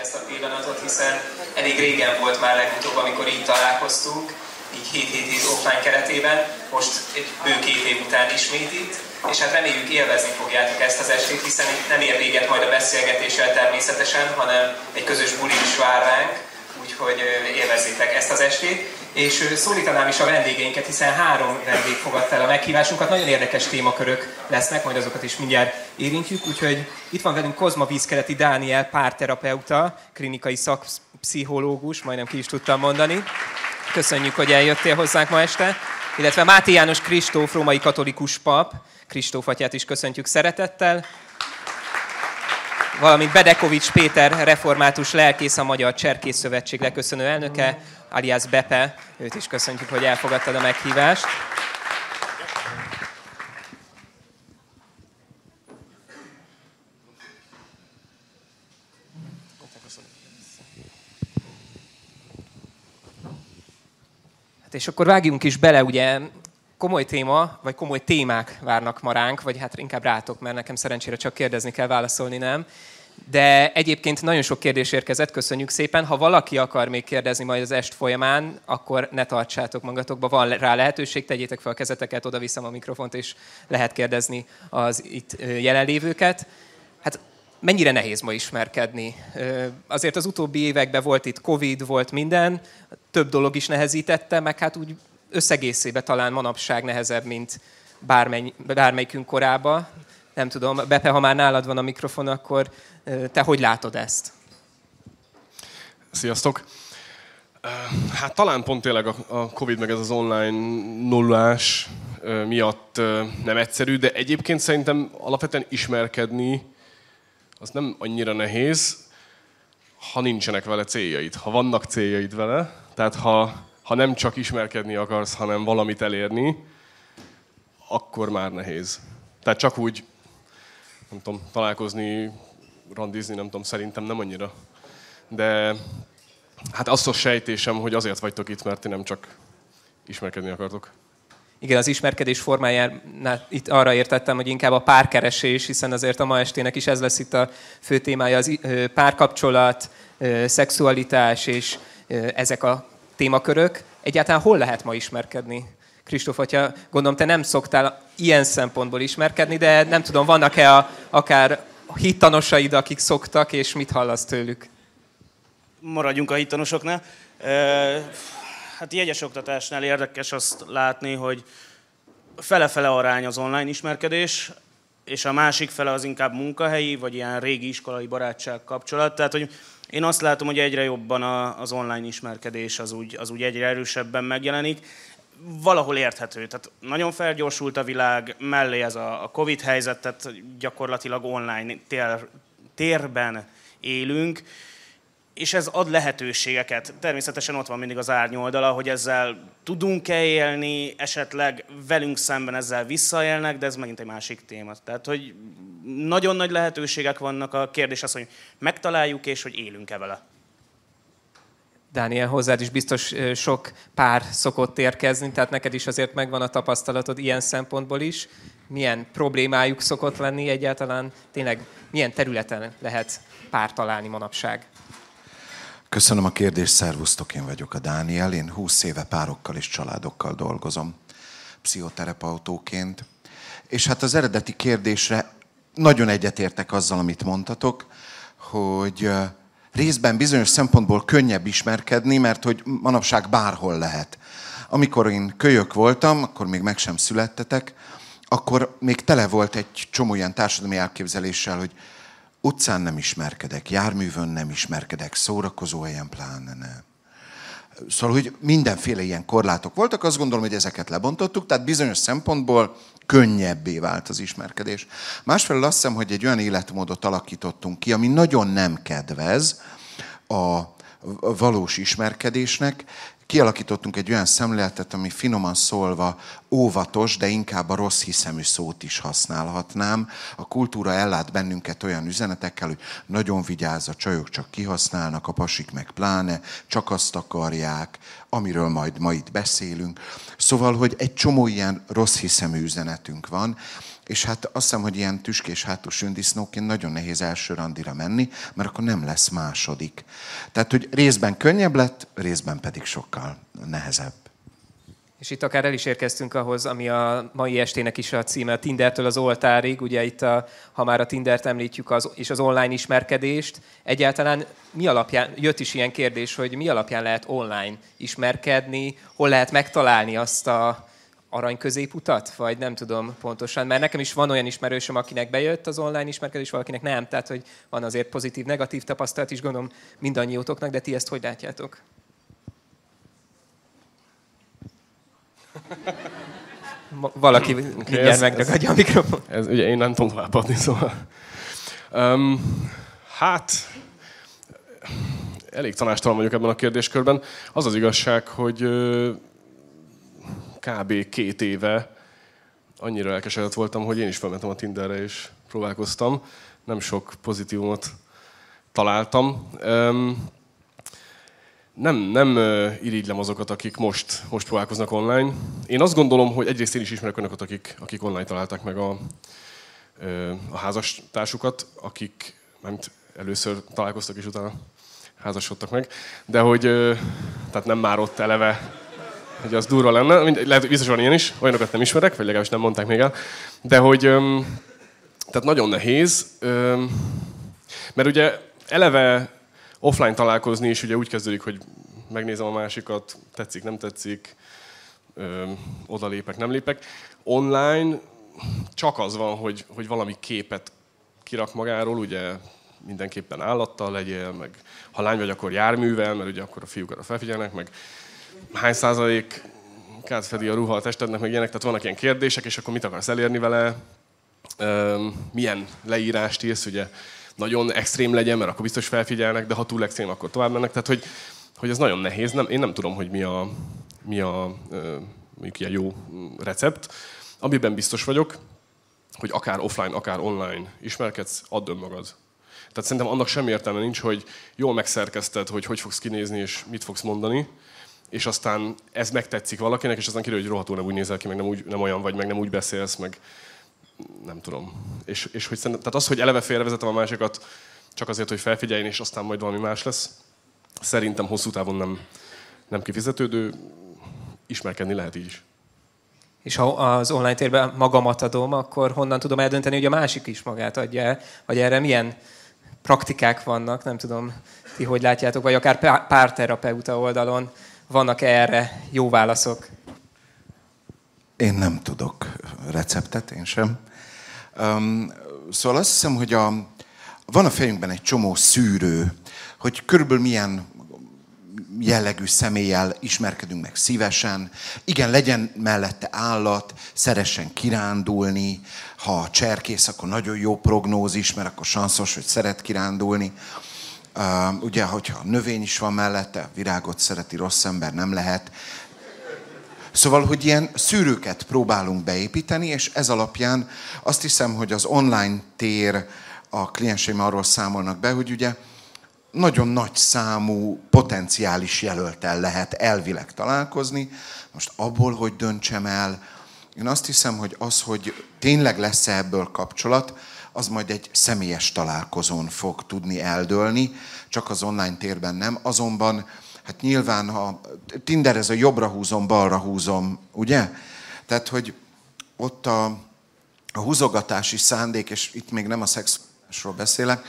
ezt a pillanatot, hiszen elég régen volt már legutóbb, amikor így találkoztunk, így 7 offline keretében, most egy bő 2 év után ismét itt, és hát reméljük élvezni fogjátok ezt az estét, hiszen itt nem ér véget majd a beszélgetéssel természetesen, hanem egy közös buli is vár ránk, úgyhogy élvezzétek ezt az estét. És szólítanám is a vendégeinket, hiszen 3 vendég fogadta el a meghívásunkat. Nagyon érdekes témakörök lesznek, majd azokat is mindjárt érintjük. Úgyhogy itt van velünk Kozma Vízkeleti Dániel, párterapeuta, klinikai szakpszichológus, majdnem ki is tudtam mondani. Köszönjük, hogy eljöttél hozzánk ma este. Illetve Máté János Kristóf, római katolikus pap. Kristóf atyát is köszöntjük szeretettel. Valamint Bedekovics Péter, református lelkész, a Magyar Cserkész Szövetség leköszönő elnöke, alias Bepe. Őt is köszöntjük, hogy elfogadtad a meghívást. Hát és akkor vágjunk is bele, ugye komoly téma, vagy komoly témák várnak ma ránk, vagy hát inkább rátok, mert nekem szerencsére csak kérdezni kell, válaszolni nem. De egyébként nagyon sok kérdés érkezett, köszönjük szépen. Ha valaki akar még kérdezni majd az est folyamán, akkor ne tartsátok magatokba, van rá lehetőség, tegyétek fel a kezeteket, oda viszem a mikrofont, és lehet kérdezni az itt jelenlévőket. Hát mennyire nehéz ma ismerkedni? Azért az utóbbi években volt itt Covid, volt minden, több dolog is nehezítette, meg hát úgy összegészében talán manapság nehezebb, mint bármelyikünk korában. Nem tudom, Bepe, ha már nálad van a mikrofon, akkor te hogy látod ezt? Sziasztok! Hát talán pont tényleg a Covid meg ez az online nullás miatt nem egyszerű, de egyébként szerintem alapvetően ismerkedni az nem annyira nehéz, ha nincsenek vele céljaid. Ha vannak céljaid vele, tehát ha nem csak ismerkedni akarsz, hanem valamit elérni, akkor már nehéz. Tehát csak úgy, nem tudom, találkozni, randizni, nem tudom, szerintem nem annyira. De hát azt a sejtésem, hogy azért vagytok itt, mert ti nem csak ismerkedni akartok. Igen, az ismerkedés formájánál itt arra értettem, hogy inkább a párkeresés, hiszen azért a ma estének is ez lesz itt a fő témája, az párkapcsolat, szexualitás és ezek a témakörök. Egyáltalán hol lehet ma ismerkedni? Kristóf atya, gondolom, te nem szoktál ilyen szempontból ismerkedni, de nem tudom, vannak-e akár hittanosaid, akik szoktak, és mit hallasz tőlük? Maradjunk a hittanosoknál. Hát jegyes oktatásnál érdekes azt látni, hogy fele-fele arány az online ismerkedés, és a másik fele az inkább munkahelyi, vagy ilyen régi iskolai barátság kapcsolat. Tehát, hogy én azt látom, hogy egyre jobban az online ismerkedés az úgy egyre erősebben megjelenik. Valahol érthető. Tehát nagyon felgyorsult a világ, mellé ez a Covid helyzet, tehát gyakorlatilag online térben élünk, és ez ad lehetőségeket. Természetesen ott van mindig az árnyoldala, hogy ezzel tudunk-e élni, esetleg velünk szemben ezzel visszaélnek, de ez megint egy másik téma. Tehát, hogy nagyon nagy lehetőségek vannak, a kérdés az, hogy megtaláljuk, és hogy élünk-e vele. Dániel, hozzád is biztos sok pár szokott érkezni, tehát neked is azért megvan a tapasztalatod ilyen szempontból is. Milyen problémájuk szokott lenni egyáltalán? Tényleg milyen területen lehet pár találni manapság? Köszönöm a kérdést, szervusztok, én vagyok a Dániel. Én 20 éve párokkal és családokkal dolgozom, pszichoterapeutóként. És hát az eredeti kérdésre nagyon egyetértek azzal, amit mondtatok, hogy részben bizonyos szempontból könnyebb ismerkedni, mert hogy manapság bárhol lehet. Amikor én kölyök voltam, akkor még meg sem születtetek, akkor még tele volt egy csomó ilyen társadalmi elképzeléssel, hogy utcán nem ismerkedek, járművön nem ismerkedek, szórakozóhelyen pláne nem. Szóval, hogy mindenféle ilyen korlátok voltak, azt gondolom, hogy ezeket lebontottuk, tehát bizonyos szempontból könnyebbé vált az ismerkedés. Másfelől azt hiszem, hogy egy olyan életmódot alakítottunk ki, ami nagyon nem kedvez a valós ismerkedésnek. Kialakítottunk egy olyan szemléletet, ami finoman szólva óvatos, de inkább a rossz hiszemű szót is használhatnám. A kultúra ellát bennünket olyan üzenetekkel, hogy nagyon vigyázz, a csajok csak kihasználnak, a pasik meg pláne, csak azt akarják, amiről majd ma itt beszélünk. Szóval, hogy egy csomó ilyen rossz hiszemű üzenetünk van, És hát azt hiszem, hogy ilyen tüskés hátú sündisznóként nagyon nehéz első randira menni, mert akkor nem lesz második. Tehát, hogy részben könnyebb lett, részben pedig sokkal nehezebb. És itt akár el is érkeztünk ahhoz, ami a mai estének is a címe, a Tindertől az oltárig. Ugye itt, ha már a Tindert említjük, és az online ismerkedést, egyáltalán mi alapján, jött is ilyen kérdés, hogy mi alapján lehet online ismerkedni, hol lehet megtalálni azt a arany középutat, vagy nem tudom pontosan, mert nekem is van olyan ismerősöm, akinek bejött az online ismerkedés, valakinek nem, tehát hogy van azért pozitív, negatív tapasztalat is, gondolom mindannyiótoknak, de ti ezt hogy látjátok? Valaki mindjárt megragadja a mikrofon. Ez ugye én nem tudom továbbadni, szóval. Hát, elég tanástalan vagyok ebben a kérdéskörben. Az az igazság, hogy kb. 2 éve annyira elkeseredett voltam, hogy én is felmentem a Tinderre és próbálkoztam. Nem sok pozitívumot találtam. Nem irigylem azokat, akik most próbálkoznak online. Én azt gondolom, hogy egyrészt én is ismerek olyanokat, akik online találták meg a házastársukat, akik először találkoztak és utána házasodtak meg. De hogy tehát nem már ott eleve, hogy az durva lenne. Lehet, biztos van ilyen is, olyanokat nem ismerek, vagy legalábbis nem mondták még el. De hogy tehát nagyon nehéz, mert ugye eleve offline találkozni is ugye úgy kezdődik, hogy megnézem a másikat, tetszik, nem tetszik, odalépek, nem lépek. Online csak az van, hogy valami képet kirak magáról, ugye mindenképpen állattal legyél, meg ha lány vagy, akkor járművel, mert ugye akkor a fiúk arra felfigyelnek, meg hány százalékát fedi a ruha a testednek, meg ilyenek, tehát vannak ilyen kérdések, és akkor mit akarsz elérni vele, milyen leírást írsz, ugye nagyon extrém legyen, mert akkor biztos felfigyelnek, de ha túl extrém, akkor tovább mennek. Tehát, hogy ez nagyon nehéz. Én nem tudom, hogy mi a mondjuk ilyen jó recept. Amiben biztos vagyok, hogy akár offline, akár online ismerkedsz, add önmagad. Tehát szerintem annak semmi értelme nincs, hogy jól megszerkeszted, hogy fogsz kinézni és mit fogsz mondani, és aztán ez megtetszik valakinek, és aztán kiderül, hogy rohadtul nem úgy nézel ki, meg nem olyan vagy, meg nem úgy beszélsz, meg nem tudom. És hogy tehát az, hogy eleve félrevezetem a másikat csak azért, hogy felfigyeljen, és aztán majd valami más lesz, szerintem hosszú távon nem kifizetődő, ismerkedni lehet így is. És ha az online térben magamat adom, akkor honnan tudom eldönteni, hogy a másik is magát adja el? Vagy erre milyen praktikák vannak, nem tudom, ti hogy látjátok, vagy akár párterapeuta oldalon vannak erre jó válaszok? Én nem tudok receptet, én sem. Szóval azt hiszem, hogy van a fejünkben egy csomó szűrő, hogy körülbelül milyen jellegű személlyel ismerkedünk meg szívesen. Igen, legyen mellette állat, szeressen kirándulni. Ha cserkész, akkor nagyon jó prognózis, mert akkor sanszos, hogy szeret kirándulni. Ugye, hogyha növény is van mellette, virágot szereti, rossz ember nem lehet. Szóval, hogy ilyen szűrőket próbálunk beépíteni, és ez alapján azt hiszem, hogy az online tér, a klienseim arról számolnak be, hogy ugye nagyon nagy számú potenciális jelölttel lehet elvileg találkozni. Most abból, hogy döntsem el, én azt hiszem, hogy az, hogy tényleg lesz-e ebből kapcsolat, az majd egy személyes találkozón fog tudni eldőlni, csak az online térben nem. Azonban, hát nyilván, ha Tinder ez a jobbra húzom, balra húzom, ugye? Tehát, hogy ott a húzogatási szándék, és itt még nem a szexuálról beszélek,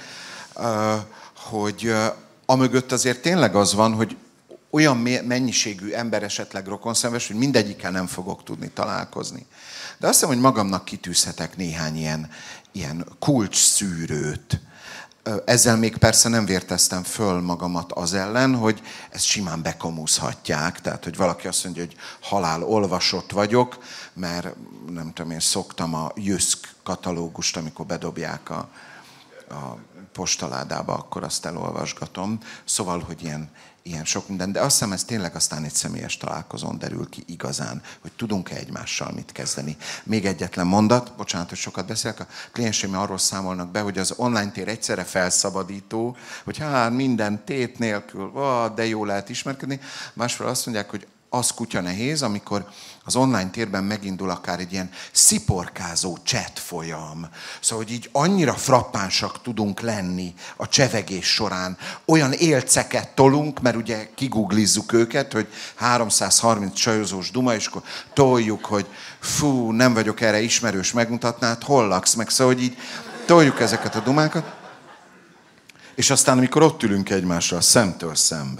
hogy amögött azért tényleg az van, hogy olyan mennyiségű ember esetleg rokonszenves, hogy mindegyikkel nem fogok tudni találkozni. De azt hiszem, hogy magamnak kitűzhetek néhány ilyen kulcsszűrőt. Ezzel még persze nem vérteztem föl magamat az ellen, hogy ezt simán bekomúzhatják. Tehát, hogy valaki azt mondja, hogy halál olvasott vagyok, mert nem tudom, én szoktam a Jysk katalógust, amikor bedobják a postaládába, akkor azt elolvasgatom. Szóval, hogy ilyen sok minden. De azt hiszem, ez tényleg aztán egy személyes találkozón derül ki igazán, hogy tudunk-e egymással mit kezdeni. Még egyetlen mondat, bocsánat, hogy sokat beszélek, a klienseim arról számolnak be, hogy az online tér egyszerre felszabadító, hogy minden tét nélkül, de jó lehet ismerkedni. Másról azt mondják, hogy az kutya nehéz, amikor az online térben megindul akár egy ilyen sziporkázó chat folyam. Szóval, hogy így annyira frappánsak tudunk lenni a csevegés során. Olyan élceket tolunk, mert ugye kiguglizzuk őket, hogy 330 csajozós duma, és akkor toljuk, hogy fú, nem vagyok erre ismerős, megmutatnád, hol laksz meg. Szóval, hogy így toljuk ezeket a dumákat. És aztán, amikor ott ülünk egymással szemtől szembe,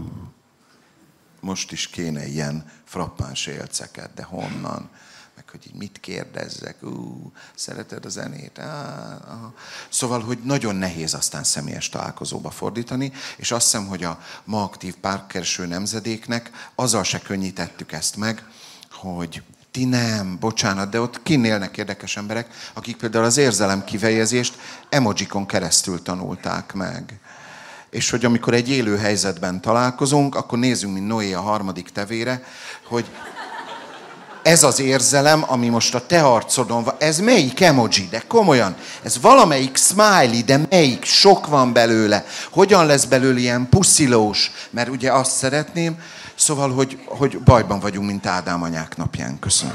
most is kéne ilyen frappáns élceket, de honnan? Meg hogy így mit kérdezzek? Szereted a zenét? Aha. Szóval, hogy nagyon nehéz aztán személyes találkozóba fordítani, és azt hiszem, hogy a ma aktív párkereső nemzedéknek azzal se könnyítettük ezt meg, hogy ti nem, bocsánat, de ott kinn élnek érdekes emberek, akik például az érzelem kifejezést emojikon keresztül tanulták meg. És hogy amikor egy élő helyzetben találkozunk, akkor nézzünk, mint Noé a harmadik tevére, hogy ez az érzelem, ami most a te arcodon van, ez melyik emoji, de komolyan, ez valamelyik smiley, de melyik, sok van belőle, hogyan lesz belőle ilyen puszilós, mert ugye azt szeretném, szóval, hogy bajban vagyunk, mint Ádám anyák napján. Köszönöm.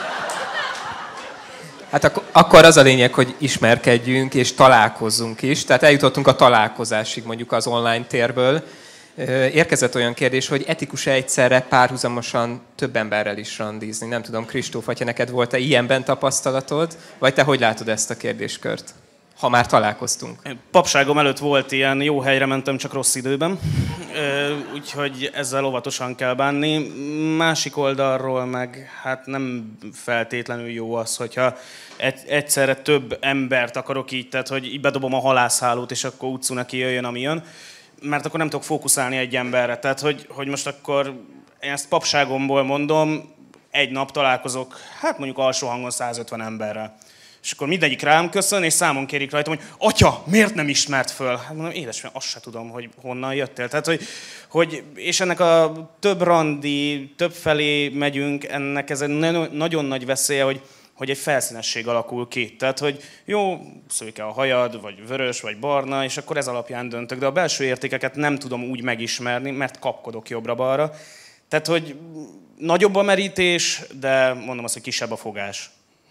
Hát akkor az a lényeg, hogy ismerkedjünk és találkozzunk is. Tehát eljutottunk a találkozásig mondjuk az online térből. Érkezett olyan kérdés, hogy etikus-e egyszerre párhuzamosan több emberrel is randizni. Nem tudom, Kristóf, hogyha neked volt-e ilyenben tapasztalatod, vagy te hogy látod ezt a kérdéskört? Ha már találkoztunk. Papságom előtt volt ilyen, jó helyre mentem, csak rossz időben. Úgyhogy ezzel óvatosan kell bánni. Másik oldalról meg hát nem feltétlenül jó az, hogyha egyszerre több embert akarok így, tehát hogy így bedobom a halászhálót, és akkor utcú neki jöjjön, ami jön. Mert akkor nem tudok fókuszálni egy emberre. Tehát, hogy most akkor én ezt papságomból mondom, egy nap találkozok, hát mondjuk alsó hangon 150 emberrel. És akkor mindegyik rám köszön, és számon kérik rajtam, hogy atya, miért nem ismert föl? Hát mondom, édesem, azt se tudom, hogy honnan jöttél. Tehát, és ennek a több randi, több felé megyünk, ennek ez egy nagyon nagy veszélye, hogy egy felszínesség alakul ki. Tehát, hogy jó, szőke a hajad, vagy vörös, vagy barna, és akkor ez alapján döntök. De a belső értékeket nem tudom úgy megismerni, mert kapkodok jobbra-balra. Tehát, hogy nagyobb a merítés, de mondom azt, hogy kisebb a fogás.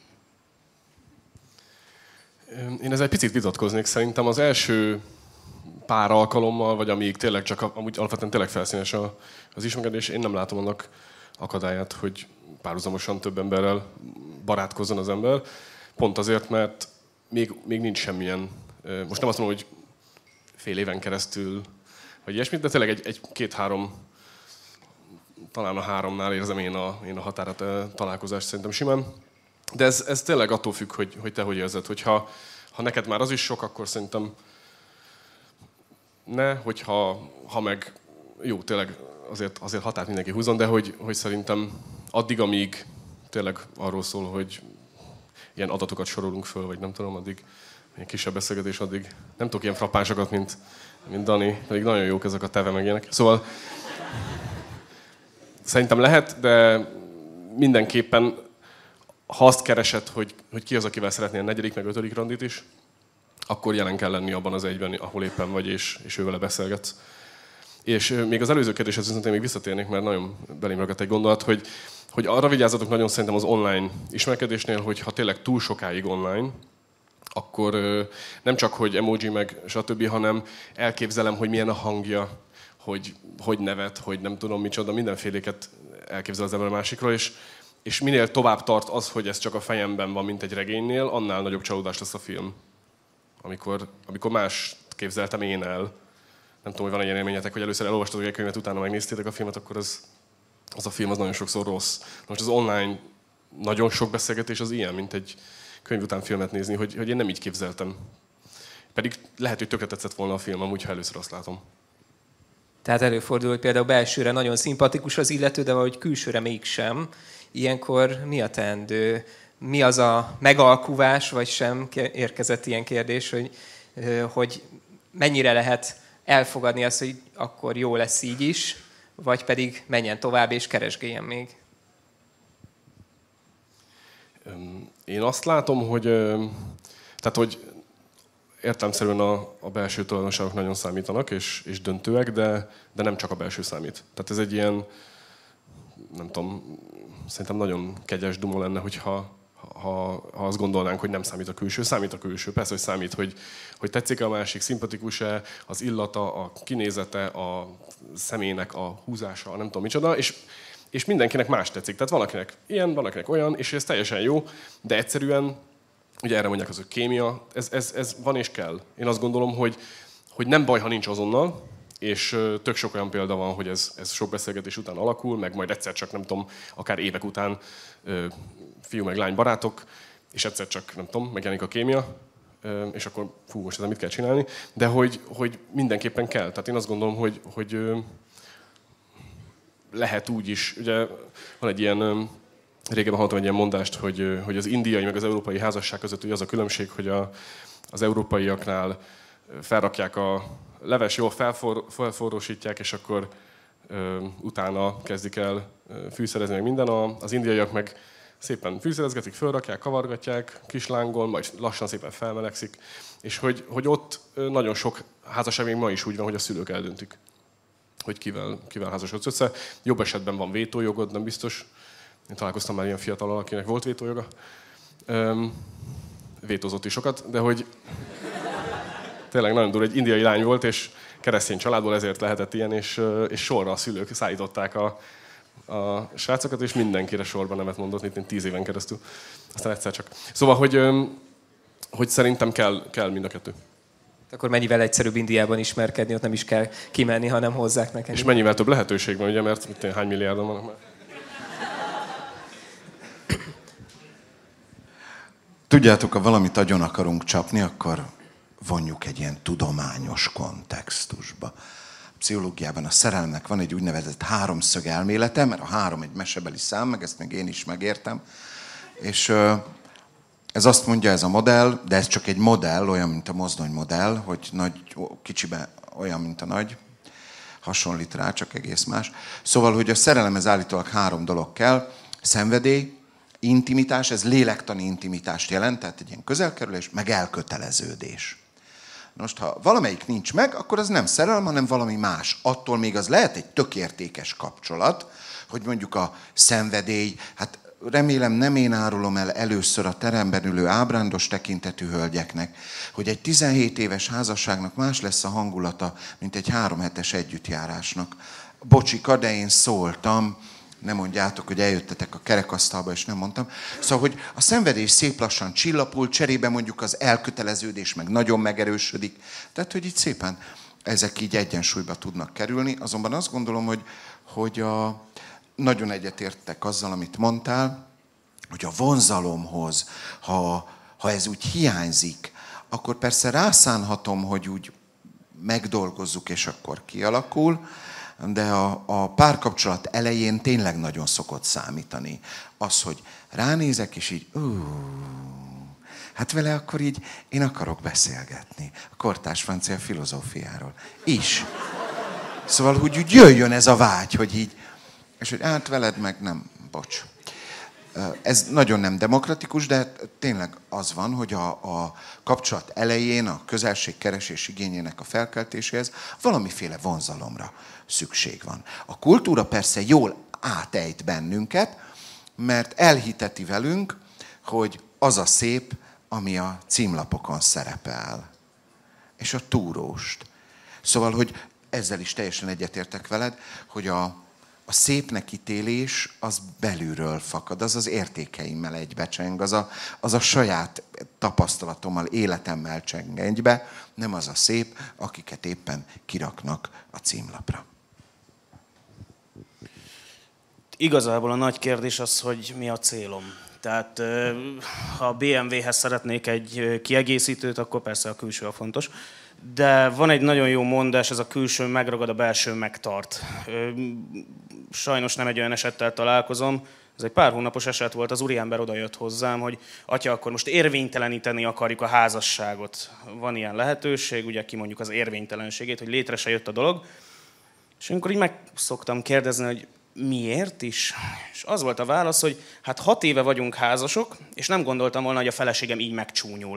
Én ezzel egy picit vitatkoznék. Szerintem az első pár alkalommal, vagy amíg tényleg csak amúgy alapvetően tényleg felszínes az ismerkedés, én nem látom annak akadályát, hogy párhuzamosan több emberrel barátkozzon az ember. Pont azért, mert még nincs semmilyen, most nem azt mondom, hogy fél éven keresztül, vagy ilyesmit, de tényleg egy két-három, talán a 3-nál érzem én a határat találkozást szerintem simán. De ez tényleg attól függ, hogy te hogy érzed. Hogyha neked már az is sok, akkor szerintem ne, ha meg jó, tényleg azért határt mindenki húzon, de hogy szerintem addig, amíg tényleg arról szól, hogy ilyen adatokat sorolunk föl, vagy nem tudom, addig ilyen kisebb beszélgetés, addig nem tudok ilyen frappánsokat, mint Dani, pedig nagyon jók ezek a teve meg ilyenek. Szóval szerintem lehet, de mindenképpen ha azt keresed, hogy ki az, akivel szeretnél a 4., meg 5. randit is, akkor jelen kell lenni abban az egyben, ahol éppen vagy, és ővele beszélgetsz. És még az előző kérdéshez viszont én még visszatérnék, mert nagyon belém ragadt egy gondolat, hogy arra vigyázzatok nagyon szerintem az online ismerkedésnél, hogy ha tényleg túl sokáig online, akkor nem csak, hogy emoji meg stb., hanem elképzelem, hogy milyen a hangja, hogy nevet, hogy nem tudom micsoda, mindenféléket elképzel az ember a másikról, és minél tovább tart az, hogy ez csak a fejemben van, mint egy regénynél, annál nagyobb csalódás lesz a film. Amikor más képzeltem én el, nem tudom, hogy van egy ilyen élményetek, hogy először elolvastatok egy könyvet, utána megnéztétek a filmet, akkor az a film az nagyon sokszor rossz. Most az online nagyon sok beszélgetés az ilyen, mint egy könyv után filmet nézni, hogy én nem így képzeltem. Pedig lehet, hogy tökre tetszett volna a film, amúgy, ha először azt látom. Tehát előfordul, hogy például belsőre nagyon szimpatikus az illető, de valahogy külsőre mégsem. Ilyenkor mi a teendő? Mi az a megalkuvás, vagy sem? Érkezett ilyen kérdés, hogy mennyire lehet elfogadni azt, hogy akkor jó lesz így is, vagy pedig menjen tovább és keresgéljen még? Én azt látom, hogy értelemszerűen a belső tulajdonságok nagyon számítanak és döntőek, de nem csak a belső számít. Tehát ez egy ilyen nem tudom, szerintem nagyon kegyes duma lenne, hogyha azt gondolnánk, hogy nem számít a külső. Számít a külső. Persze, hogy számít, hogy tetszik-e a másik, szimpatikus-e, az illata, a kinézete, a szemének a húzása, nem tudom micsoda, és mindenkinek más tetszik. Tehát van akinek ilyen, van akinek olyan, és ez teljesen jó, de egyszerűen, ugye erre mondják az, hogy kémia, ez van és kell. Én azt gondolom, hogy nem baj, ha nincs azonnal, és tök sok olyan példa van, hogy ez sok beszélgetés után alakul, meg majd egyszer csak, nem tudom, akár évek után fiú meg lány barátok, és egyszer csak, nem tudom, megjelenik a kémia, és akkor fú, most ezzel mit kell csinálni, de hogy mindenképpen kell. Tehát én azt gondolom, hogy lehet úgy is, ugye van egy ilyen, régebben hallottam egy ilyen mondást, hogy az indiai meg az európai házasság között az a különbség, hogy az európaiaknál felrakják a leves, jól felforrósítják, és akkor utána kezdik el fűszerezni meg minden. Az indiaiak meg szépen fűszerezgetik, fölrakják, kavargatják, kis lángon, majd lassan szépen felmelegszik. És hogy ott nagyon sok házasság még ma is úgy van, hogy a szülők eldöntik, hogy kivel házasodsz össze. Jobb esetben van vétójogod, nem biztos. Én találkoztam már ilyen fiatalal, akinek volt vétójoga. Vétózott is sokat, de hogy tényleg nagyon durva, egy indiai lány volt, és keresztény családból ezért lehetett ilyen, és sorra a szülők szállították a srácokat, és mindenkire sorban nemet mondott, mint 10 éven keresztül. Aztán egyszer csak. Szóval, hogy szerintem kell mind a kettő. Akkor mennyivel egyszerűbb Indiában ismerkedni, ott nem is kell kimenni, hanem hozzák neked. És mennyivel több lehetőség van, ugye, mert hány milliárdan vannak már? Tudjátok, ha valamit agyon akarunk csapni, akkor vonjuk egy ilyen tudományos kontextusba. A pszichológiában a szerelemnek van egy úgynevezett háromszög elmélete, mert a 3 egy mesebeli szám, meg ezt meg én is megértem. És ez azt mondja, ez a modell, de ez csak egy modell, olyan, mint a mozdonymodell, hogy kicsibe olyan, mint a nagy, hasonlít rá, csak egész más. Szóval, hogy a szerelemhez állítólag 3 dolog kell, szenvedély, intimitás, ez lélektani intimitást jelent, tehát egy ilyen közelkerülés, meg elköteleződés. Most, ha valamelyik nincs meg, akkor az nem szerelem, hanem valami más. Attól még az lehet egy tök értékes kapcsolat, hogy mondjuk a szenvedély, hát remélem nem én árulom el először a teremben ülő ábrándos tekintetű hölgyeknek, hogy egy 17 éves házasságnak más lesz a hangulata, mint egy 3 hetes együttjárásnak. Bocsika, de én szóltam, nem mondjátok, hogy eljöttetek a kerekasztalba, és nem mondtam. Szóval, hogy a szenvedés szép lassan csillapul, cserébe mondjuk az elköteleződés meg nagyon megerősödik. Tehát, hogy így szépen ezek így egyensúlyba tudnak kerülni. Azonban azt gondolom, hogy nagyon egyetértek azzal, amit mondtál, hogy a vonzalomhoz, ha ez úgy hiányzik, akkor persze rászánhatom, hogy úgy megdolgozzuk, és akkor kialakul, de a párkapcsolat elején tényleg nagyon szokott számítani. Az, hogy ránézek, és így, hát vele akkor így én akarok beszélgetni. A kortárs francia filozófiáról is. Szóval, hogy úgy jöjjön ez a vágy, hogy így, és hogy veled meg nem, bocs. Ez nagyon nem demokratikus, de tényleg az van, hogy a kapcsolat elején a közelségkeresés igényének a felkeltéséhez valamiféle vonzalomra szükség van. A kultúra persze jól átejt bennünket, mert elhiteti velünk, hogy az a szép, ami a címlapokon szerepel. És a túróst. Szóval, hogy ezzel is teljesen egyetértek veled, hogy a szépnek ítélés az belülről fakad, az az értékeimmel egybecseng, az a saját tapasztalatommal, életemmel cseng egybe, nem az a szép, akiket éppen kiraknak a címlapra. Igazából a nagy kérdés az, hogy mi a célom. Tehát ha a BMW-hez szeretnék egy kiegészítőt, akkor persze a külső a fontos. De van egy nagyon jó mondás, ez a külső megragad, a belső megtart. Sajnos nem egy olyan esettel találkozom. Ez egy pár hónapos eset volt, az úriember odajött hozzám, hogy atya, akkor most érvényteleníteni akarjuk a házasságot. Van ilyen lehetőség, ugye kimondjuk az érvénytelenségét, hogy létre se jött a dolog. És amikor így meg szoktam kérdezni, hogy miért is? És az volt a válasz, hogy hát 6 éve vagyunk házasok, és nem gondoltam volna, hogy a feleségem így megcsúnyul.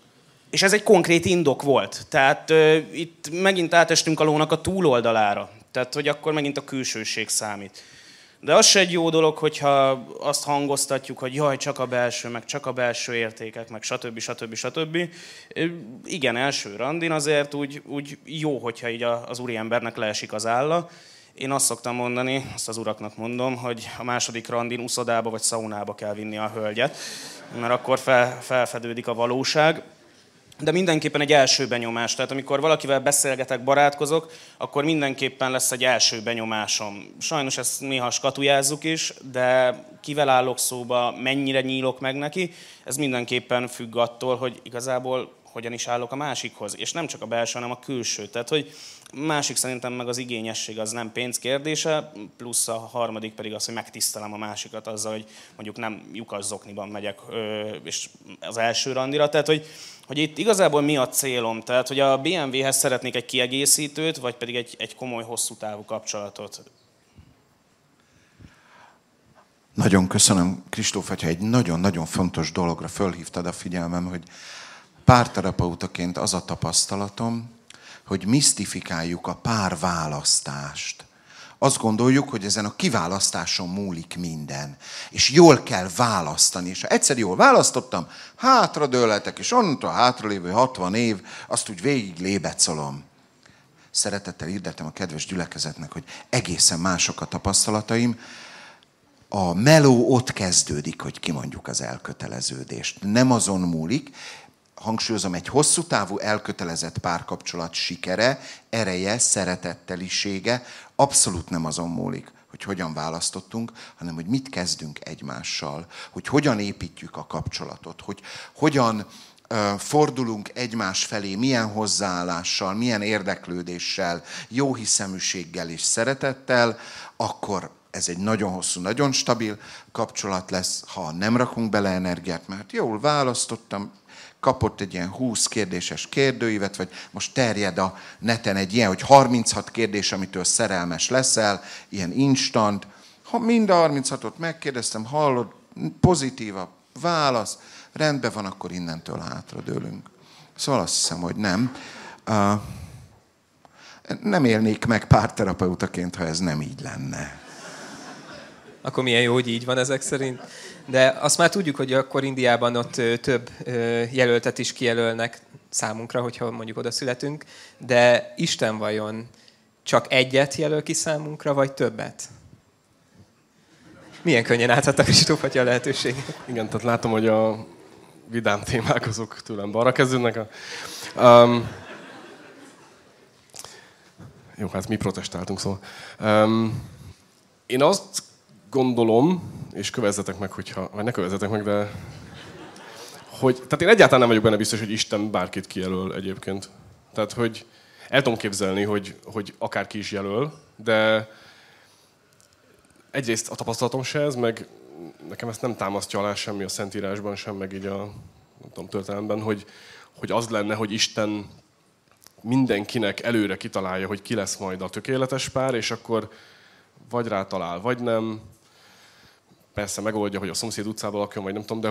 És ez egy konkrét indok volt. Tehát itt megint átestünk a lónak a túloldalára. Tehát, hogy akkor megint a külsőség számít. De az se egy jó dolog, hogyha azt hangoztatjuk, hogy jaj, csak a belső, meg csak a belső értékek, meg stb. Igen, első randin azért úgy jó, hogyha így az úriembernek leesik az álla. Én azt szoktam mondani, azt az uraknak mondom, hogy a második randin uszodába vagy szaunába kell vinni a hölgyet, mert akkor felfedődik a valóság. De mindenképpen egy első benyomás. Tehát amikor valakivel beszélgetek, barátkozok, akkor mindenképpen lesz egy első benyomásom. Sajnos ezt néha skatujázzuk is, de kivel állok szóba, mennyire nyílok meg neki, ez mindenképpen függ attól, hogy igazából hogyan is állok a másikhoz. És nem csak a belső, hanem a külső. Tehát, hogy másik szerintem meg az igényesség az nem pénz kérdése, plusz a harmadik pedig az, hogy megtisztelem a másikat azzal, hogy mondjuk nem lyukas zokniban megyek és az első randira. Tehát, hogy itt igazából mi a célom? Tehát, hogy a BMW-hez szeretnék egy kiegészítőt, vagy pedig egy komoly, hosszú távú kapcsolatot? Nagyon köszönöm, Kristóf, hogyha egy nagyon-nagyon fontos dologra fölhívtad a figyelmem, hogy párterapeutaként az a tapasztalatom, hogy misztifikáljuk a párválasztást. Azt gondoljuk, hogy ezen a kiválasztáson múlik minden. És jól kell választani. És ha egyszer jól választottam, hátradőlhetek, és onnantól a hátralévő 60 év, azt úgy végig lébecolom. Szeretettel hirdetem a kedves gyülekezetnek, hogy egészen mások a tapasztalataim. A meló ott kezdődik, hogy kimondjuk az elköteleződést. Nem azon múlik, hangsúlyozom, egy hosszú távú elkötelezett párkapcsolat sikere, ereje, szeretettelisége abszolút nem azon múlik, hogy hogyan választottunk, hanem hogy mit kezdünk egymással, hogy hogyan építjük a kapcsolatot, hogy hogyan fordulunk egymás felé, milyen hozzáállással, milyen érdeklődéssel, jóhiszeműséggel és szeretettel, akkor ez egy nagyon hosszú, nagyon stabil kapcsolat lesz, ha nem rakunk bele energiát, mert jól választottam, kapott egy ilyen 20 kérdéses kérdőívet, vagy most terjed a neten egy ilyen, hogy 36 kérdés, amitől szerelmes leszel, ilyen instant. Ha mind a 36-ot megkérdeztem, hallod, pozitív a válasz, rendben van, akkor innentől hátradőlünk. Szóval azt hiszem, hogy nem. Nem élnék meg párterapeutaként, ha ez nem így lenne. Akkor milyen jó, hogy így van ezek szerint. De azt már tudjuk, hogy akkor Indiában ott több jelöltet is kijelölnek számunkra, hogyha mondjuk oda születünk. De Isten vajon csak egyet jelöl ki számunkra, vagy többet? Milyen könnyen átadta Kristóf atya a lehetőséget. Igen, tehát látom, hogy a vidám témák azok tőlem balra kezdődnek. Jó, hát mi protestáltunk, szóval. Én azt gondolom, és kövezzetek meg, vagy ne kövezzetek meg, de tehát én egyáltalán nem vagyok benne biztos, hogy Isten bárkit kijelöl egyébként. Tehát, hogy el tudom képzelni, hogy akárki is jelöl, de egyrészt a tapasztalatom se ez, meg nekem ezt nem támasztja alá semmi a Szentírásban sem, meg így a nem tudom, történelemben, hogy az lenne, hogy Isten mindenkinek előre kitalálja, hogy ki lesz majd a tökéletes pár, és akkor vagy rátalál, vagy nem. Persze megoldja, hogy a szomszéd utcában lakjon, vagy nem tudom, de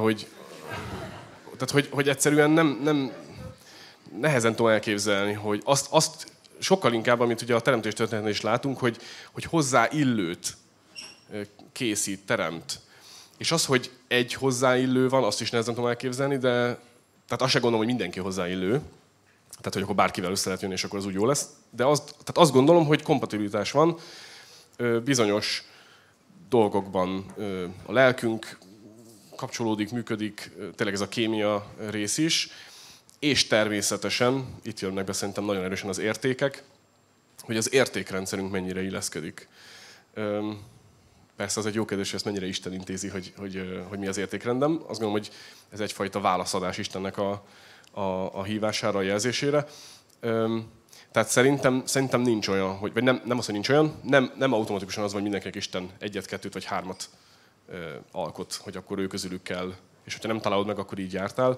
hogy egyszerűen nem nehezen tudom elképzelni, hogy azt sokkal inkább, amit ugye a teremtés történetben is látunk, hogy hozzá illőt készít, teremt. És az, hogy egy hozzáillő van, azt is nehezen tudom elképzelni, de tehát azt se gondolom, hogy mindenki hozzáillő. Tehát, hogy akkor bárkivel össze lehet jönni, és akkor az úgy jó lesz. De azt gondolom, hogy kompatibilitás van bizonyos dolgokban. A lelkünk kapcsolódik, működik, tényleg ez a kémia rész is. És természetesen, itt jönnek be szerintem nagyon erősen az értékek, hogy az értékrendszerünk mennyire illeszkedik. Persze az egy jó kérdés, hogy ezt mennyire Isten intézi, hogy mi az értékrendem. Azt gondolom, hogy ez egyfajta válaszadás Istennek a hívására, a jelzésére. Tehát szerintem nincs olyan, vagy nem az, hogy nincs olyan, nem automatikusan az van, hogy mindenkinek Isten egyet, kettőt vagy hármat alkot, hogy akkor ő közülük kell, és hogyha nem találod meg, akkor így jártál.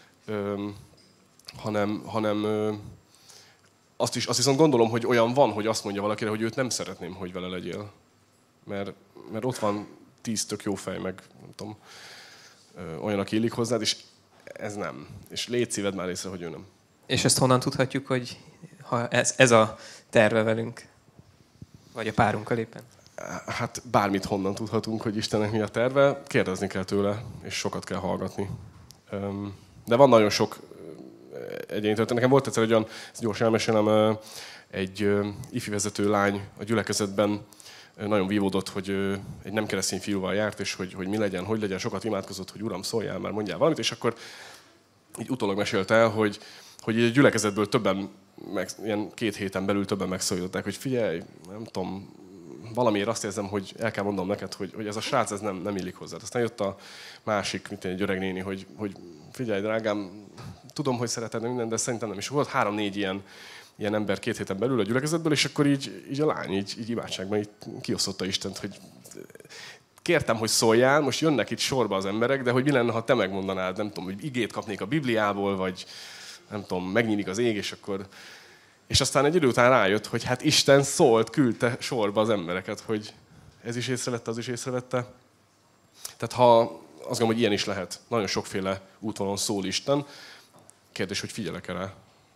Hanem azt viszont gondolom, hogy olyan van, hogy azt mondja valakire, hogy őt nem szeretném, hogy vele legyél. Mert ott van 10 tök jó fej, meg nem tudom, olyan, aki illik hozzád, és ez nem. És légy szíved már észre, hogy ő nem. És ezt honnan tudhatjuk, hogy ha ez a terve velünk? Vagy a párunkkal éppen? Hát bármit honnan tudhatunk, hogy Istennek mi a terve, kérdezni kell tőle, és sokat kell hallgatni. De van nagyon sok egyéni történet. Nekem volt egyszer egy olyan, ezt gyorsan elmesélem, egy ifi vezető lány a gyülekezetben nagyon vívódott, hogy egy nem keresztény fiúval járt, és hogy mi legyen, hogy legyen, sokat imádkozott, hogy Uram, szóljál már, mondjál valamit, és akkor így utólag mesélte el, hogy a gyülekezetből többen, ilyen 2 héten belül többen megszólították, hogy figyelj, nem tudom, valamiért azt érzem, hogy el kell mondanom neked, hogy ez a srác ez nem illik hozzá. Aztán jött a másik, mint egy öreg néni, hogy figyelj, drágám, tudom, hogy szereted minden, de szerintem nem. És volt 3-4 ilyen ember 2 héten belül a gyülekezetből, és akkor így a lány így imádságban így kiosztotta Istent, hogy kértem, hogy szóljál, most jönnek itt sorba az emberek, de hogy mi lenne, ha te megmondanád, nem tudom, hogy igét kapnék a Bibliából, vagy nem tudom, megnyílik az ég, és akkor... És aztán egy idő után rájött, hogy hát Isten szólt, küldte sorba az embereket, hogy ez is észrevette, az is észrevette. Tehát azt gondolom, hogy ilyen is lehet. Nagyon sokféle útvonalon szól Isten. Kérdés, hogy figyelek-e rá.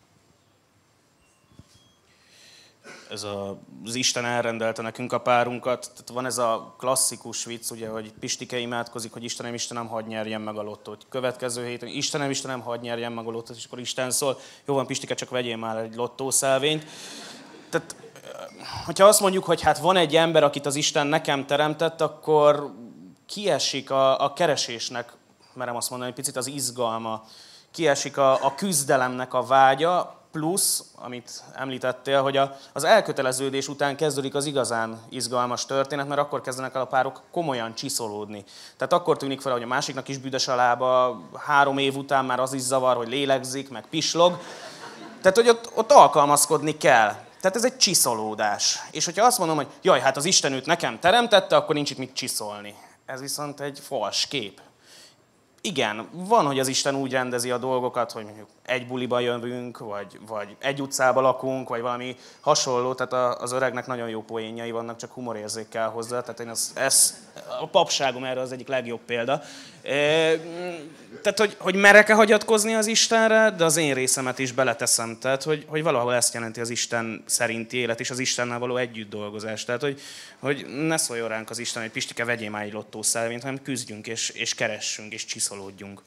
Ez az Isten elrendelte nekünk a párunkat. Tehát van ez a klasszikus vicc, ugye, hogy Pistike imádkozik, hogy Istenem, hadd nyerjen meg a lottót. Következő héten Istenem, hadd nyerjen meg a lottót, és akkor Isten szól, jó van Pistike, csak vegyél már egy lottószelvényt. Tehát, hogyha azt mondjuk, hogy hát van egy ember, akit az Isten nekem teremtett, akkor kiesik a keresésnek, merem azt mondani, egy picit az izgalma, kiesik a küzdelemnek a vágya, plusz, amit említettél, hogy az elköteleződés után kezdődik az igazán izgalmas történet, mert akkor kezdenek el a párok komolyan csiszolódni. Tehát akkor tűnik fel, hogy a másiknak is büdös a lába, 3 év után már az is zavar, hogy lélegzik, meg pislog. Tehát, hogy ott alkalmazkodni kell. Tehát ez egy csiszolódás. És hogyha azt mondom, hogy jaj, hát az Isten őt nekem teremtette, akkor nincs itt mit csiszolni. Ez viszont egy fals kép. Igen, van, hogy az Isten úgy rendezi a dolgokat, hogy mondjuk egy buliba jövünk, vagy egy utcába lakunk, vagy valami hasonló, tehát az öregnek nagyon jó poénjai vannak, csak humorérzék kell hozzá, tehát én a papságom erre az egyik legjobb példa. Tehát, hogy merek-e hagyatkozni az Istenre, de az én részemet is beleteszem, tehát, hogy valahol ezt jelenti az Isten szerinti élet, és az Istennel való együtt dolgozás. Tehát, hogy ne szóljon ránk az Isten, hogy Pistike, vegyél már egy lottószelvényt, hanem küzdjünk, és keressünk, és csiszolódjunk.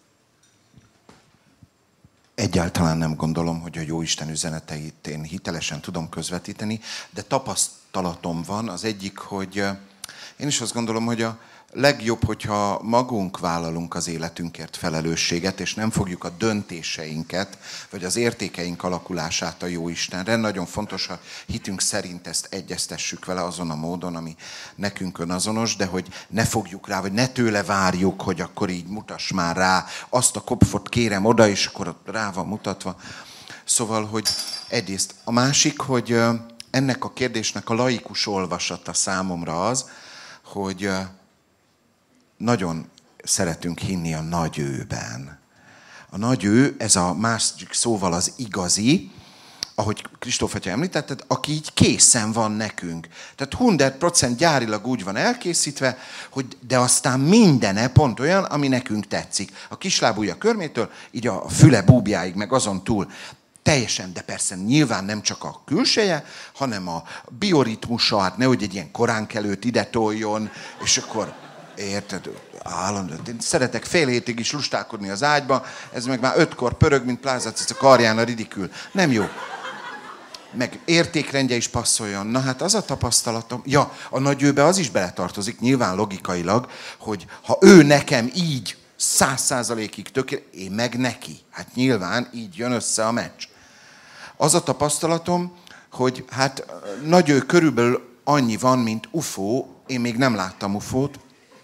Egyáltalán nem gondolom, hogy a Jóisten üzeneteit én hitelesen tudom közvetíteni, de tapasztalatom van. Az egyik, hogy én is azt gondolom, hogy a legjobb, hogyha magunk vállalunk az életünkért felelősséget, és nem fogjuk a döntéseinket, vagy az értékeink alakulását a Jóistenre. Nagyon fontos, ha hitünk szerint ezt egyeztessük vele azon a módon, ami nekünk önazonos, de hogy ne fogjuk rá, vagy ne tőle várjuk, hogy akkor így mutass már rá, azt a kopfot kérem oda, és akkor ott rá van mutatva. Szóval, hogy egyrészt. A másik, hogy ennek a kérdésnek a laikus olvasata számomra az, hogy nagyon szeretünk hinni a nagy őben. A nagy ő, ez a másik szóval az igazi, ahogy Kristóf atya említetted, aki így készen van nekünk. Tehát 100% gyárilag úgy van elkészítve, hogy de aztán mindene pont olyan, ami nekünk tetszik. A kislábúja körmétől, így a füle búbjáig, meg azon túl. Teljesen, de persze nyilván nem csak a külseje, hanem a bioritmusa, hát nehogy egy ilyen koránkelőt ide toljon, és akkor érted, állandóan. Én szeretek fél hétig is lustálkodni az ágyba, ez meg már 5-kor pörög, mint Plázacic a karján a ridikül. Nem jó. Meg értékrendje is passzoljon. Na hát az a tapasztalatom, a nagyőbe az is beletartozik, nyilván logikailag, hogy ha ő nekem így 100%-ig tökéletes, én meg neki. Hát nyilván így jön össze a meccs. Az a tapasztalatom, hogy hát nagyő körülbelül annyi van, mint UFO, én még nem láttam UFO-t,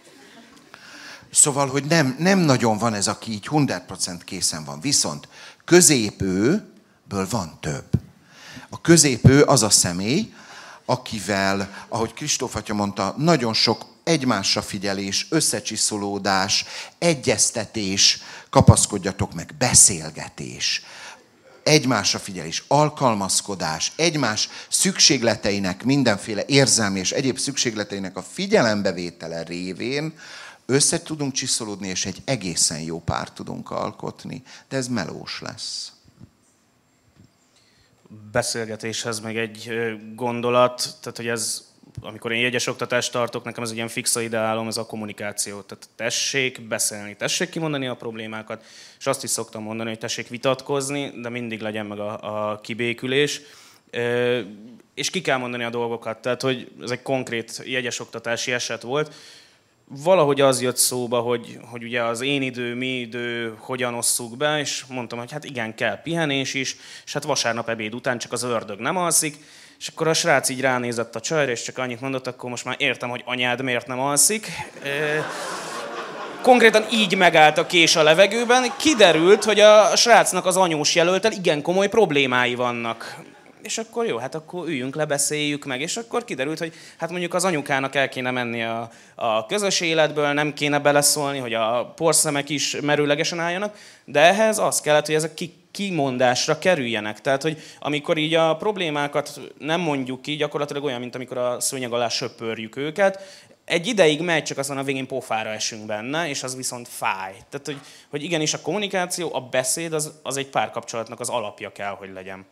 szóval, hogy nem nagyon van ez, aki így 100% készen van. Viszont középőből van több. A középő az a személy, akivel, ahogy Kristóf atya mondta, nagyon sok egymásra figyelés, összecsiszolódás, egyeztetés, kapaszkodjatok meg, beszélgetés, egymásra figyelés, alkalmazkodás, egymás szükségleteinek, mindenféle érzelmi és egyéb szükségleteinek a figyelembevétele révén össze tudunk csiszolódni, és egy egészen jó párt tudunk alkotni. De ez melós lesz. Beszélgetéshez még egy gondolat, tehát hogy ez amikor én jegyes oktatást tartok, nekem ez egy ilyen fixa ideálom, ez a kommunikáció. Tehát tessék beszélni, tessék kimondani a problémákat, és azt is szoktam mondani, hogy tessék vitatkozni, de mindig legyen meg a kibékülés. És ki kell mondani a dolgokat, tehát hogy ez egy konkrét jegyes oktatási eset volt. Valahogy az jött szóba, hogy ugye az én idő, mi idő, hogyan osszuk be, és mondtam, hogy hát igen, kell pihenés is, és hát vasárnap ebéd után csak az ördög nem alszik, és akkor a srác így ránézett a csajra, és csak annyit mondott, akkor most már értem, hogy anyád miért nem alszik. Konkrétan így megállt a kés a levegőben, kiderült, hogy a srácnak az anyós jelölttel igen komoly problémái vannak. És akkor jó, hát akkor üljünk le, beszéljük meg, és akkor kiderült, hogy hát mondjuk az anyukának el kéne menni a közös életből, nem kéne beleszólni, hogy a porszemek is merőlegesen álljanak, de ehhez az kellett, hogy ezek kimondásra kerüljenek. Tehát, hogy amikor így a problémákat nem mondjuk ki, gyakorlatilag olyan, mint amikor a szőnyeg alá söpörjük őket, egy ideig megy, csak aztán a végén pofára esünk benne, és az viszont fáj. Tehát, hogy igenis a kommunikáció, a beszéd, az egy párkapcsolatnak az alapja kell, hogy legyen.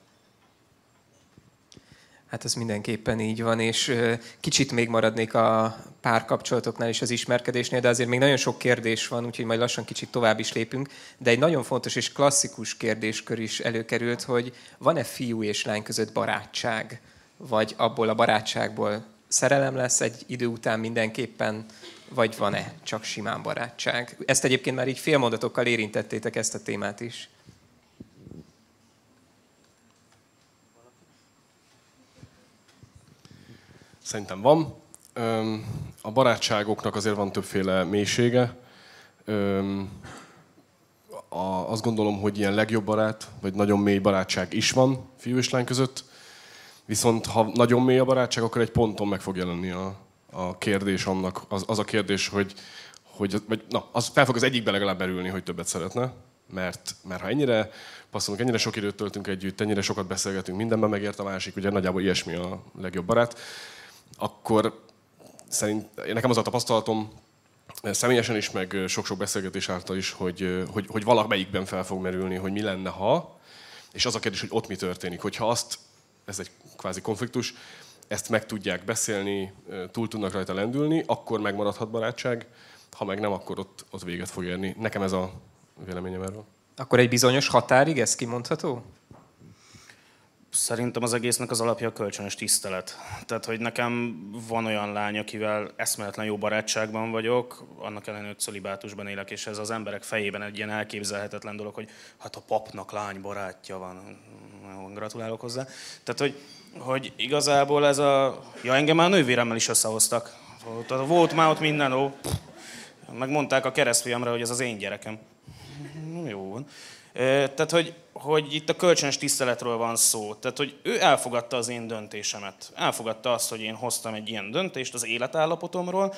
Hát ez mindenképpen így van, és kicsit még maradnék a párkapcsolatoknál és az ismerkedésnél, de azért még nagyon sok kérdés van, úgyhogy majd lassan kicsit tovább is lépünk. De egy nagyon fontos és klasszikus kérdéskör is előkerült, hogy van-e fiú és lány között barátság, vagy abból a barátságból szerelem lesz egy idő után mindenképpen, vagy van-e csak simán barátság? Ezt egyébként már így félmondatokkal érintettétek ezt a témát is. Szerintem van. A barátságoknak azért van többféle mélysége. Azt gondolom, hogy ilyen legjobb barát, vagy nagyon mély barátság is van fiú és lány között. Viszont ha nagyon mély a barátság, akkor egy ponton meg fog jelenni a kérdés annak. Az a kérdés, az fel fog az egyikbe legalább merülni, hogy többet szeretne. Mert ha ennyire passzolunk, ennyire sok időt töltünk együtt, ennyire sokat beszélgetünk, mindenben megért a másik, ugye nagyjából ilyesmi a legjobb barát, akkor nekem az a tapasztalatom, személyesen is, meg sok-sok beszélgetés által is, hogy valamelyikben fel fog merülni, hogy mi lenne, ha, és az a kérdés, hogy ott mi történik. Hogyha ez egy kvázi konfliktus, ezt meg tudják beszélni, túl tudnak rajta lendülni, akkor megmaradhat barátság, ha meg nem, akkor ott véget fog érni. Nekem ez a véleményem erről. Akkor egy bizonyos határig ez kimondható? Szerintem az egésznek az alapja a kölcsönös tisztelet. Tehát, hogy nekem van olyan lány, akivel eszméletlen jó barátságban vagyok, annak ellenére, hogy cölibátusban élek, és ez az emberek fejében egy ilyen elképzelhetetlen dolog, hogy hát a papnak lány barátja van. Gratulálok hozzá. Tehát, hogy igazából ez engem már a nővéremmel is összehoztak. Volt már ott minden, megmondták a keresztfiamra, hogy ez az én gyerekem. Jó van. Tehát, hogy itt a kölcsönös tiszteletről van szó. Tehát, hogy ő elfogadta az én döntésemet. Elfogadta azt, hogy én hoztam egy ilyen döntést az életállapotomról.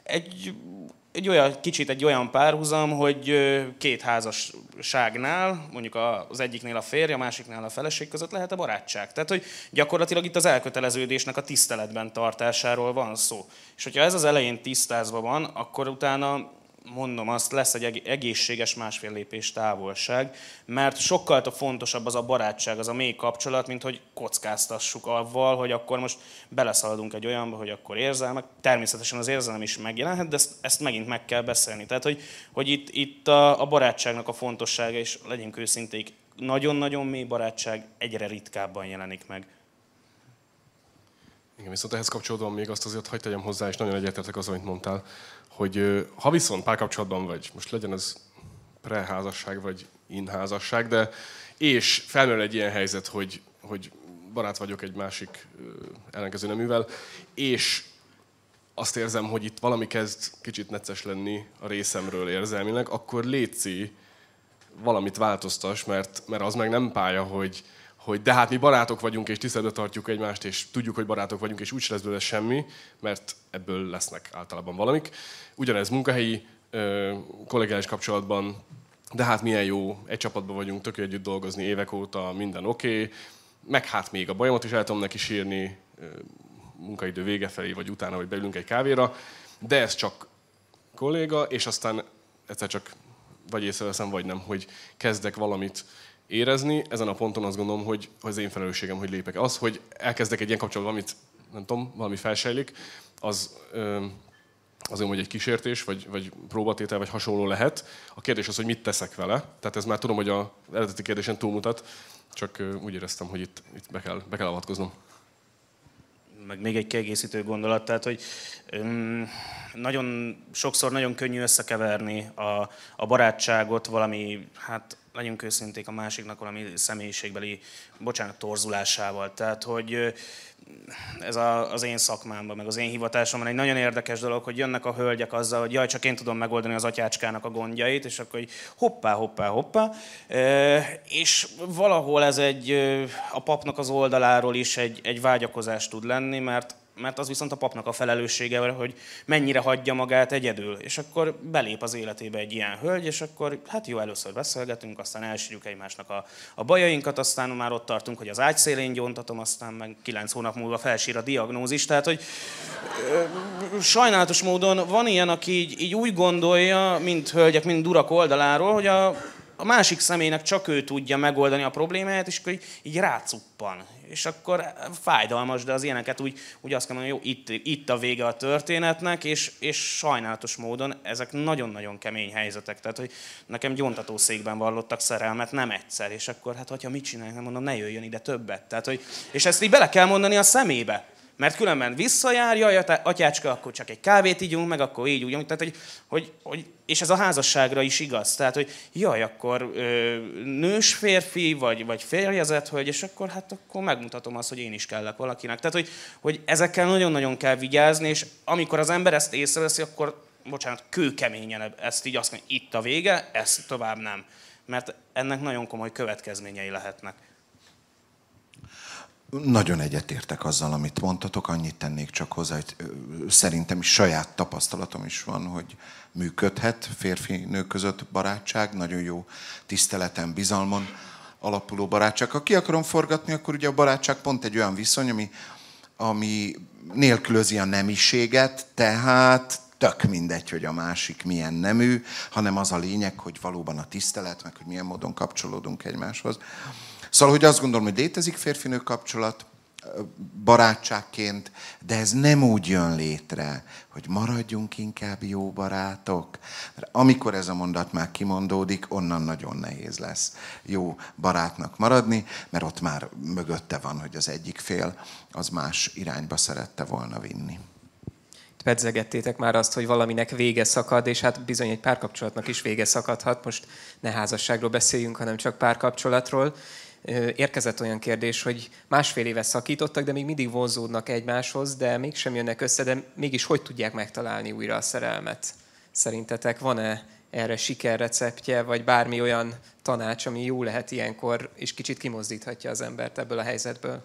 Egy olyan párhuzam, hogy két házasságnál, mondjuk az egyiknél a férj, a másiknál a feleség között lehet a barátság. Tehát, hogy gyakorlatilag itt az elköteleződésnek a tiszteletben tartásáról van szó. És hogyha ez az elején tisztázva van, akkor utána mondom azt, lesz egy egészséges másfél lépés távolság, mert sokkal fontosabb az a barátság, az a mély kapcsolat, mint hogy kockáztassuk avval, hogy akkor most beleszaladunk egy olyanba, hogy akkor érzelmek. Természetesen az érzelem is megjelenhet, de ezt megint meg kell beszélni. Tehát, hogy itt a barátságnak a fontossága, és legyünk őszinték, nagyon-nagyon mély barátság egyre ritkábban jelenik meg. Igen, viszont ehhez kapcsolódóan még azt azért hadd tegyem hozzá, és nagyon egyetértek az, amit mondtál, hogy ha viszont párkapcsolatban vagy, most legyen ez preházasság vagy inházasság, és felmerül egy ilyen helyzet, hogy barát vagyok egy másik ellenkező neművel, és azt érzem, hogy itt valami kezd kicsit necces lenni a részemről érzelmileg, akkor létszi, valamit változtass, mert az meg nem pálya, hogy de hát mi barátok vagyunk, és tiszteletbe tartjuk egymást, és tudjuk, hogy barátok vagyunk, és úgyse lesz belőle semmi, mert ebből lesznek általában valamik. Ugyanez munkahelyi, kollégiális kapcsolatban, de hát milyen jó, egy csapatban vagyunk, tök együtt dolgozni évek óta, minden oké, meg hát még a bajomat is el tudom neki sírni munkaidő vége felé, vagy utána, hogy beülünk egy kávéra, de ez csak kolléga, és aztán egyszer csak vagy észreveszem, vagy nem, hogy kezdek valamit érezni. Ezen a ponton azt gondolom, hogy az én felelősségem, hogy lépek. Az, hogy elkezdek egy ilyen kapcsolatban, amit nem tudom, valami felsejlik, az azért, hogy egy kísértés, vagy próbatétel, vagy hasonló lehet. A kérdés az, hogy mit teszek vele. Tehát ez már tudom, hogy az eredeti kérdésen túlmutat, csak úgy éreztem, hogy itt be kell avatkoznom. Meg még egy kiegészítő gondolat, tehát hogy sokszor nagyon könnyű összekeverni a barátságot valami, hát legyünk őszinték, a másiknak valami személyiségbeli, torzulásával. Tehát, hogy ez az én szakmámban, meg az én hivatásomban egy nagyon érdekes dolog, hogy jönnek a hölgyek azzal, hogy jaj, csak én tudom megoldani az atyácskának a gondjait, és akkor hogy hoppá. És valahol ez a papnak az oldaláról is egy vágyakozás tud lenni, mert az viszont a papnak a felelőssége, hogy mennyire hagyja magát egyedül. És akkor belép az életébe egy ilyen hölgy, és akkor hát jó, először beszélgetünk, aztán elsírjuk egymásnak a bajainkat, aztán már ott tartunk, hogy az ágy szélén gyóntatom, aztán meg 9 hónap múlva felsír a diagnózis. Tehát, hogy sajnálatos módon van ilyen, aki így úgy gondolja, mint hölgyek, mint urak oldaláról, hogy a másik személynek csak ő tudja megoldani a problémáját, és akkor így rácuppan. És akkor fájdalmas, de az ilyeneket úgy azt kell mondani, jó, itt a vége a történetnek, és sajnálatos módon ezek nagyon-nagyon kemény helyzetek. Tehát, hogy nekem gyóntatószékben vallottak szerelmet, nem egyszer, és akkor hát, hogyha mit csinálják, nem mondom, ne jöjjön ide többet. Tehát, és ezt így bele kell mondani a szemébe. Mert különben visszajárja, atyácska, akkor csak egy kávét ígyunk, meg akkor így úgy. Tehát, és ez a házasságra is igaz. Tehát, hogy jaj, akkor nős férfi, vagy férjezett hölgy, és akkor akkor megmutatom azt, hogy én is kellek valakinek. Tehát, hogy ezekkel nagyon-nagyon kell vigyázni, és amikor az ember ezt észreveszi, akkor, kőkeményen ezt így azt mondja, itt a vége, ezt tovább nem. Mert ennek nagyon komoly következményei lehetnek. Nagyon egyetértek azzal, amit mondtatok, annyit tennék csak hozzá, hogy szerintem is saját tapasztalatom is van, hogy működhet férfi-nő között barátság, nagyon jó tiszteleten, bizalmon alapuló barátság. Ha ki akarom forgatni, akkor ugye a barátság pont egy olyan viszony, ami nélkülözi a nemiséget, tehát tök mindegy, hogy a másik milyen nemű, hanem az a lényeg, hogy valóban a tisztelet, meg hogy milyen módon kapcsolódunk egymáshoz. Szóval, hogy azt gondolom, hogy létezik férfi-nő kapcsolat barátságként, de ez nem úgy jön létre, hogy maradjunk inkább jó barátok. Mert amikor ez a mondat már kimondódik, onnan nagyon nehéz lesz jó barátnak maradni, mert ott már mögötte van, hogy az egyik fél az más irányba szerette volna vinni. Pedzegettétek már azt, hogy valaminek vége szakad, és hát bizony egy párkapcsolatnak is vége szakadhat. Most ne házasságról beszéljünk, hanem csak párkapcsolatról. Érkezett olyan kérdés, hogy másfél éve szakítottak, de még mindig vonzódnak egymáshoz, de mégsem jönnek össze, de mégis hogy tudják megtalálni újra a szerelmet? Szerintetek van-e erre sikerreceptje, vagy bármi olyan tanács, ami jó lehet ilyenkor, és kicsit kimozdíthatja az embert ebből a helyzetből?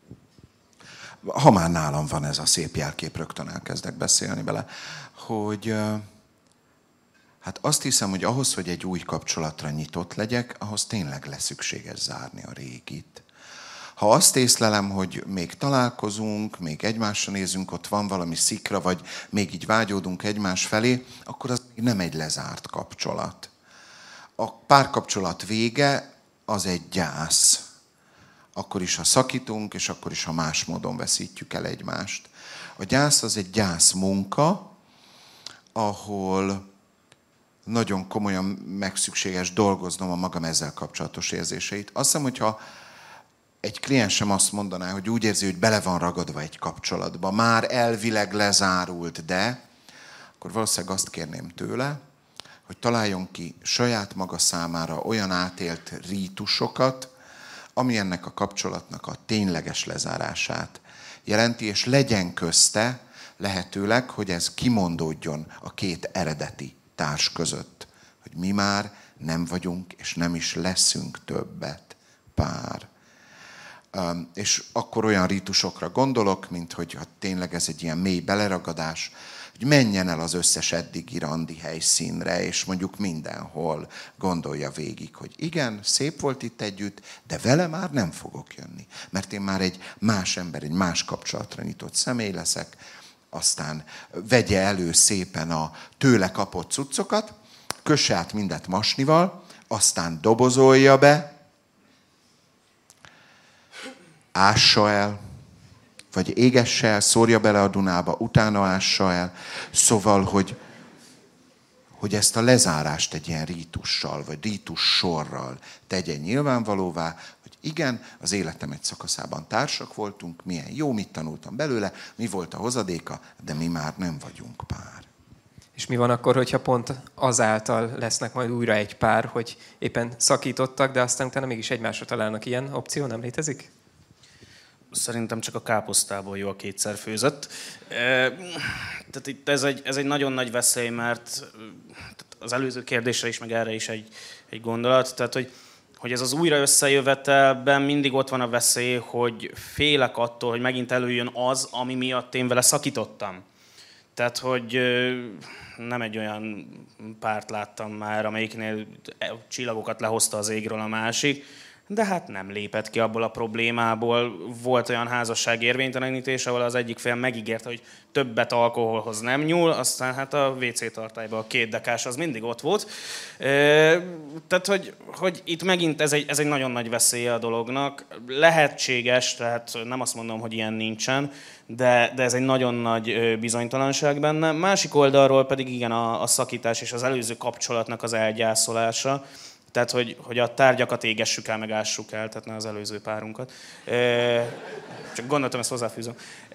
Ha már nálam van ez a szép jelkép, rögtön elkezdek beszélni bele, hogy hát azt hiszem, hogy ahhoz, hogy egy új kapcsolatra nyitott legyek, ahhoz tényleg leszükséges zárni a régit. Ha azt észlelem, hogy még találkozunk, még egymásra nézünk, ott van valami szikra, vagy még így vágyódunk egymás felé, akkor az még nem egy lezárt kapcsolat. A párkapcsolat vége az egy gyász. Akkor is, ha szakítunk, és akkor is, ha más módon veszítjük el egymást. A gyász az egy gyászmunka, ahol nagyon komolyan megszükséges dolgoznom a magam ezzel kapcsolatos érzéseit. Azt hiszem, hogyha egy kliensem azt mondaná, hogy úgy érzi, hogy bele van ragadva egy kapcsolatba, már elvileg lezárult, de akkor valószínűleg azt kérném tőle, hogy találjon ki saját maga számára olyan átélt rítusokat, ami ennek a kapcsolatnak a tényleges lezárását jelenti, és legyen közte lehetőleg, hogy ez kimondódjon a két eredeti társ között, hogy mi már nem vagyunk, és nem is leszünk többet pár. És akkor olyan rítusokra gondolok, mint hogy ha tényleg ez egy ilyen mély beleragadás, hogy menjen el az összes eddigi randi helyszínre, és mondjuk mindenhol gondolja végig, hogy igen, szép volt itt együtt, de vele már nem fogok jönni. Mert én már egy más ember, egy más kapcsolatra nyitott személy leszek, aztán vegye elő szépen a tőle kapott cuccokat, kösse át mindet masnival, aztán dobozolja be, ássa el, vagy égesse el, szórja bele a Dunába, utána ássa el. Szóval, hogy ezt a lezárást egy ilyen rítussal, vagy rítussorral tegye nyilvánvalóvá, hogy igen, az életem egy szakaszában társak voltunk, milyen jó, mit tanultam belőle, mi volt a hozadéka, de mi már nem vagyunk pár. És mi van akkor, hogyha pont azáltal lesznek majd újra egy pár, hogy éppen szakítottak, de aztán utána mégis egymásra találnak? Ilyen opció nem létezik? Szerintem csak a káposztából jó a kétszer főzött. Tehát itt ez egy nagyon nagy veszély, mert az előző kérdésre is, meg erre is egy gondolat. Tehát, hogy ez az újra összejövetelben mindig ott van a veszély, hogy félek attól, hogy megint előjön az, ami miatt én vele szakítottam. Tehát, hogy nem egy olyan párt láttam már, amelyiknél csillagokat lehozta az égről a másik, de hát nem lépett ki abból a problémából. Volt olyan házasság érvénytelenítés, ahol az egyik fél megígérte, hogy többet alkoholhoz nem nyúl, aztán hát a WC tartályban a 2 dekás az mindig ott volt. Tehát, hogy itt megint ez egy nagyon nagy veszélye a dolognak. Lehetséges, tehát nem azt mondom, hogy ilyen nincsen, de ez egy nagyon nagy bizonytalanság benne. Másik oldalról pedig igen a szakítás és az előző kapcsolatnak az elgyászolása. Tehát, hogy a tárgyakat égessük el, meg ássuk el, tehát ne az előző párunkat. Csak gondoltam, ezt hozzáfűzöm.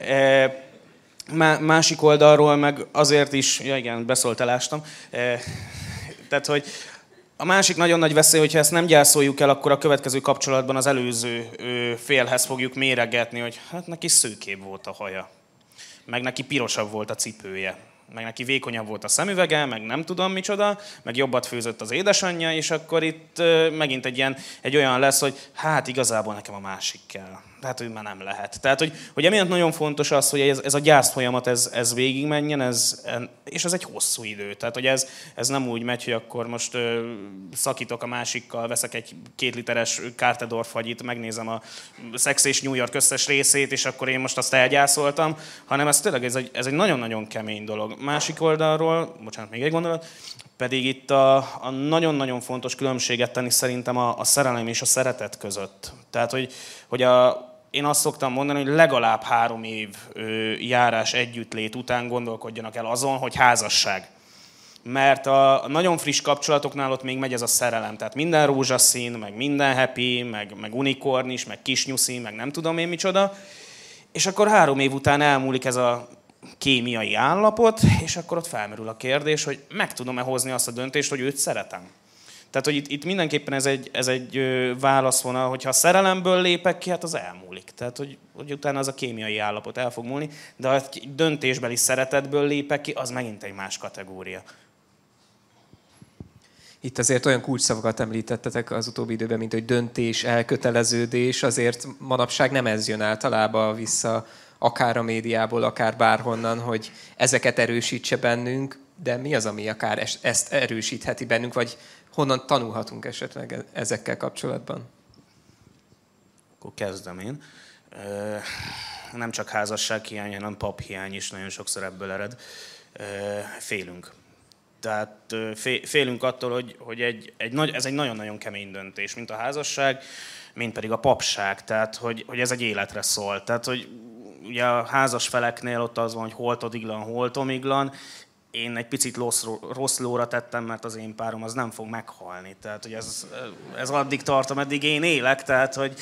Másik oldalról meg azért is, ja igen, beszólt, elástam. Tehát, hogy a másik nagyon nagy veszély, hogyha ezt nem gyászoljuk el, akkor a következő kapcsolatban az előző félhez fogjuk méregetni, hogy hát neki szőkébb volt a haja, meg neki pirosabb volt a cipője, meg neki vékonyabb volt a szemüvege, meg nem tudom micsoda, meg jobbat főzött az édesanyja, és akkor itt megint egy olyan lesz, hogy hát igazából nekem a másik kell. Tehát, hogy már nem lehet. Tehát, hogy emiatt nagyon fontos az, hogy ez a gyászfolyamat, ez végigmenjen, és ez egy hosszú idő. Tehát, hogy ez nem úgy megy, hogy akkor most szakítok a másikkal, veszek egy 2 literes Kártedorf fagyit, megnézem a Szex és New York összes részét, és akkor én most azt elgyászoltam, hanem ez tényleg ez egy nagyon-nagyon kemény dolog. Másik oldalról, bocsánat, még egy gondolat, pedig itt a nagyon-nagyon fontos különbséget tenni szerintem a szerelem és a szeretet között. Tehát, hogy én azt szoktam mondani, hogy legalább 3 év járás együttlét után gondolkodjanak el azon, hogy házasság. Mert a nagyon friss kapcsolatoknál ott még megy ez a szerelem. Tehát minden rózsaszín, meg minden happy, meg unikornis, meg kisnyuszi, meg nem tudom én micsoda. És akkor 3 év után elmúlik ez a kémiai állapot, és akkor ott felmerül a kérdés, hogy meg tudom-e hozni azt a döntést, hogy őt szeretem. Tehát, hogy itt mindenképpen ez egy válaszvonal, hogyha a szerelemből lépek ki, hát az elmúlik. Tehát, hogy utána az a kémiai állapot el fog múlni, de ha egy döntésbeli szeretetből lépek ki, az megint egy más kategória. Itt azért olyan kulcsszavakat említettetek az utóbbi időben, mint hogy döntés, elköteleződés, azért manapság nem ez jön általában vissza, akár a médiából, akár bárhonnan, hogy ezeket erősítse bennünk, de mi az, ami akár ezt erősítheti bennünk, vagy honnan tanulhatunk esetleg ezekkel kapcsolatban? Akkor kezdem én. Nem csak házassághiány, hanem paphiány is nagyon sokszor ebből ered. Félünk. Tehát félünk attól, hogy ez egy nagyon-nagyon kemény döntés, mint a házasság, mint pedig a papság. Tehát, hogy ez egy életre szól. Tehát, hogy ugye a házas feleknél ott az van, hogy holtodiglan, holtomiglan. Én egy picit rossz lóra tettem, mert az én párom az nem fog meghalni. Tehát, hogy ez addig tart, ameddig én élek. Tehát, hogy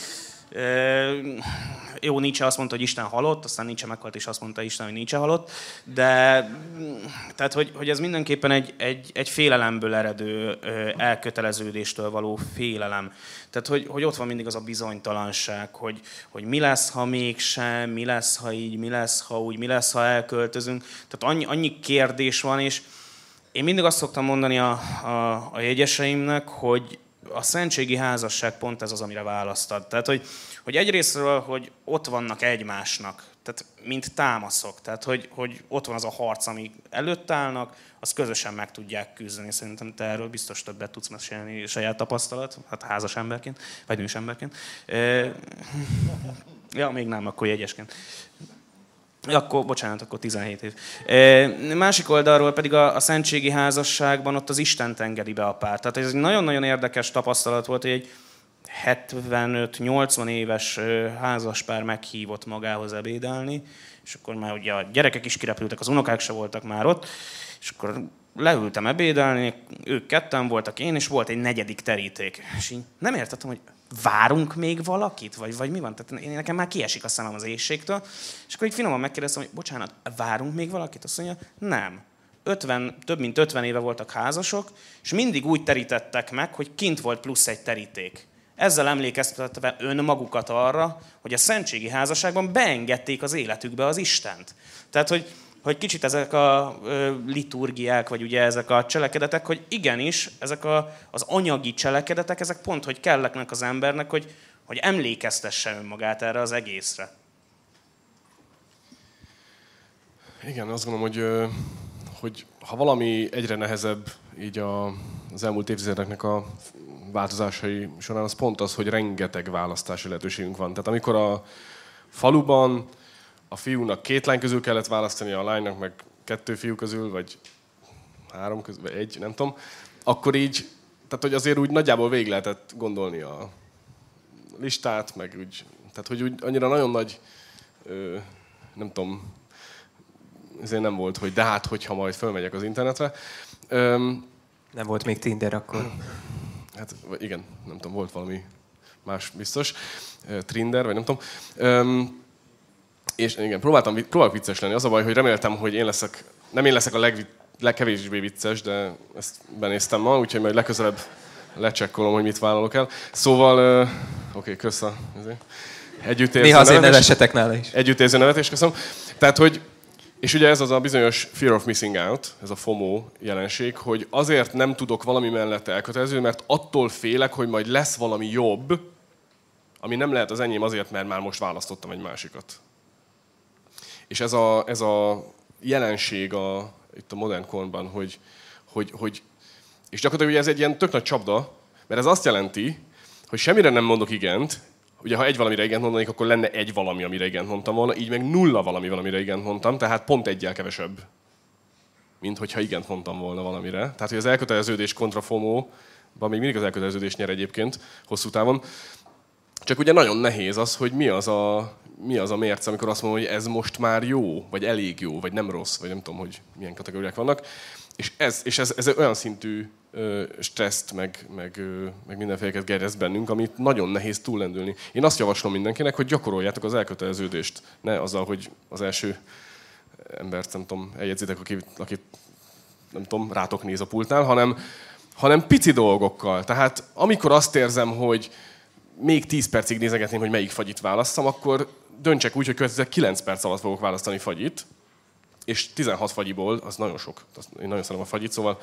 jó, Nietzsche azt mondta, hogy Isten halott, aztán Nietzsche meghalt, és azt mondta Isten, hogy Nietzsche halott. De tehát, hogy ez mindenképpen egy félelemből eredő elköteleződéstől való félelem. Tehát, hogy ott van mindig az a bizonytalanság, hogy mi lesz, ha mégsem, mi lesz, ha így, mi lesz, ha úgy, mi lesz, ha elköltözünk. Tehát annyi kérdés van, és én mindig azt szoktam mondani a jegyeseimnek, hogy a szentségi házasság pont ez az, amire választad. Tehát, hogy egyrésztről, hogy ott vannak egymásnak, tehát mint támaszok, tehát hogy ott van az a harc, ami előtt állnak, azt közösen meg tudják küzdeni. Szerintem te erről biztos többet tudsz mesélni saját tapasztalat, hát házas emberként, vagy nős emberként. Ja, még nem, akkor jegyesként. Akkor 17 év. Másik oldalról pedig a szentségi házasságban ott az Istent engedi be a párt. Tehát ez egy nagyon-nagyon érdekes tapasztalat volt, hogy egy 75-80 éves házaspár meghívott magához ebédelni, és akkor már ugye a gyerekek is kirepültek, az unokák se voltak már ott, és akkor leültem ebédelni, ők ketten voltak, én, és volt egy negyedik teríték. És így nem értettem, hogy várunk még valakit, vagy mi van? Tehát nekem már kiesik a szemem az éhségtől, és akkor így finoman megkérdeztem, hogy bocsánat, várunk még valakit? Azt mondja, nem. Több mint 50 éve voltak házasok, és mindig úgy terítettek meg, hogy kint volt plusz egy teríték. Ezzel emlékeztetve önmagukat arra, hogy a szentségi házasságban beengedték az életükbe az Istent. Tehát, hogy kicsit ezek a liturgiák, vagy ugye ezek a cselekedetek, hogy igenis, ezek az anyagi cselekedetek, ezek pont, hogy kelleknek az embernek, hogy emlékeztesse önmagát erre az egészre. Igen, azt gondolom, hogy ha valami egyre nehezebb így az elmúlt évtizedeknek a változásai során, az pont az, hogy rengeteg választási lehetőségünk van. Tehát amikor a faluban a fiúnak 2 lány közül kellett választani, a lánynak meg 2 fiú közül, vagy 3 közül, vagy 1, nem tudom, akkor így, tehát hogy azért úgy nagyjából végig lehetett gondolni a listát, meg úgy, tehát hogy úgy annyira nagyon nagy, nem tudom, ezért nem volt, hogy de hát, hogyha majd fölmegyek az internetre. Nem volt még Tinder akkor. Hát igen, nem tudom, volt valami más biztos. Trinder, vagy nem tudom. És igen, próbálok vicces lenni. Az a baj, hogy reméltem, hogy nem én leszek a legkevésbé vicces, de ezt benéztem ma, úgyhogy majd legközelebb lecsekkolom, hogy mit vállalok el. Szóval, oké, kösz a együttérző néha azért nevessetek nála is. Együttérző nevetés, köszönöm. Tehát, hogy és ugye ez az a bizonyos fear of missing out, ez a FOMO jelenség, hogy azért nem tudok valami mellett elkötelező, mert attól félek, hogy majd lesz valami jobb, ami nem lehet az enyém azért, mert már most választottam egy másikat. És ez a jelenség itt a modern korban, hogy és gyakorlatilag ugye ez egy ilyen tök nagy csapda, mert ez azt jelenti, hogy semmire nem mondok igent. Ugye, ha egy valamire igent mondanék, akkor lenne egy valami, amire igent mondtam volna, így meg 0 valamire igent mondtam, tehát pont 1-jel kevesebb, mint hogyha igent mondtam volna valamire. Tehát, hogy az elköteleződés kontra FOMO-ban még mindig az elköteleződés nyer egyébként hosszú távon. Csak ugye nagyon nehéz az, hogy mi az a mérce, amikor azt mondom, hogy ez most már jó, vagy elég jó, vagy nem rossz, vagy nem tudom, hogy milyen kategóriák vannak. És ez olyan szintű stresszt, meg mindenféleket gerjeszt bennünk, amit nagyon nehéz túllendülni. Én azt javaslom mindenkinek, hogy gyakoroljátok az elköteleződést. Ne azzal, hogy az első embert, nem tudom, eljegyzitek, akit nem tudom, rátok néz a pultnál, hanem pici dolgokkal. Tehát amikor azt érzem, hogy még 10 percig nézegetném, hogy melyik fagyit válasszam, akkor döntsek úgy, hogy következő 9 perc alatt fogok választani fagyit, és 16 fagyiból, az nagyon sok. Én nagyon szeretem a fagyit, szóval.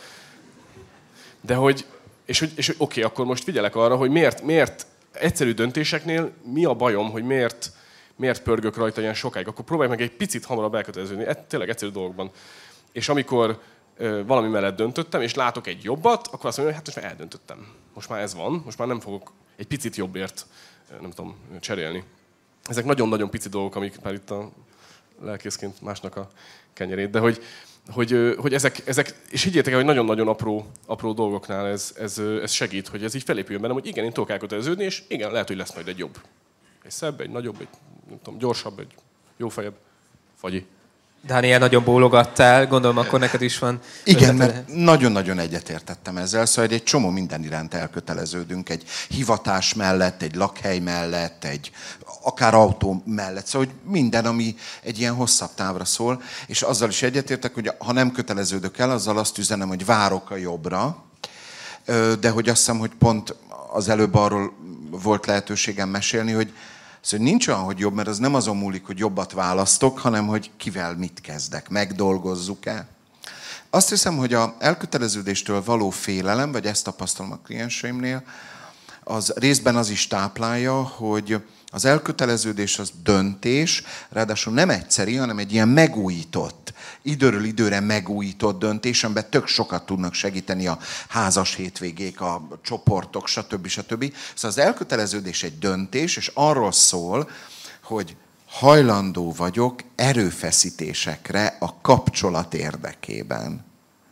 De hogy, és oké, akkor most figyelek arra, hogy miért egyszerű döntéseknél mi a bajom, hogy miért pörgök rajta ilyen sokáig. Akkor próbálj meg egy picit hamarabb elköteleződni, tényleg egyszerű dolgokban. És amikor valami mellett döntöttem, és látok egy jobbat, akkor azt mondom, hogy hát most már eldöntöttem. Most már ez van, most már nem fogok egy picit jobbért, nem tudom, cserélni. Ezek nagyon-nagyon pici dolgok, amik már itt a lelkészként másnak a kenyerét, de hogy ezek, és higgyétek el, hogy nagyon-nagyon apró dolgoknál ez segít, hogy ez így felépüljön bennem, hogy igen, én tudok elköteleződni, és igen, lehet, hogy lesz majd egy jobb. Egy szebb, egy nagyobb, egy nem tudom, gyorsabb, egy jófejebb fagyi. Dániel, nagyon bólogattál, gondolom akkor neked is van. Igen, mert nagyon-nagyon egyetértettem ezzel, szóval egy csomó minden iránt elköteleződünk, egy hivatás mellett, egy lakhely mellett, egy akár autó mellett, szóval hogy minden, ami egy ilyen hosszabb távra szól, és azzal is egyetértek, hogy ha nem köteleződök el, azzal azt üzenem, hogy várok a jobbra, de hogy azt hiszem, hogy pont az előbb arról volt lehetőségem mesélni, hogy szóval nincs olyan, hogy jobb, mert az nem azon múlik, hogy jobbat választok, hanem hogy kivel mit kezdek, megdolgozzuk-e. Azt hiszem, hogy az elköteleződéstől való félelem, vagy ezt tapasztalom a klienseimnél, az részben az is táplálja, hogy az elköteleződés az döntés, ráadásul nem egyszeri, hanem egy ilyen megújított, időről időre megújított döntés, amiben tök sokat tudnak segíteni a házas hétvégék, a csoportok, stb. Szóval az elköteleződés egy döntés, és arról szól, hogy hajlandó vagyok erőfeszítésekre a kapcsolat érdekében.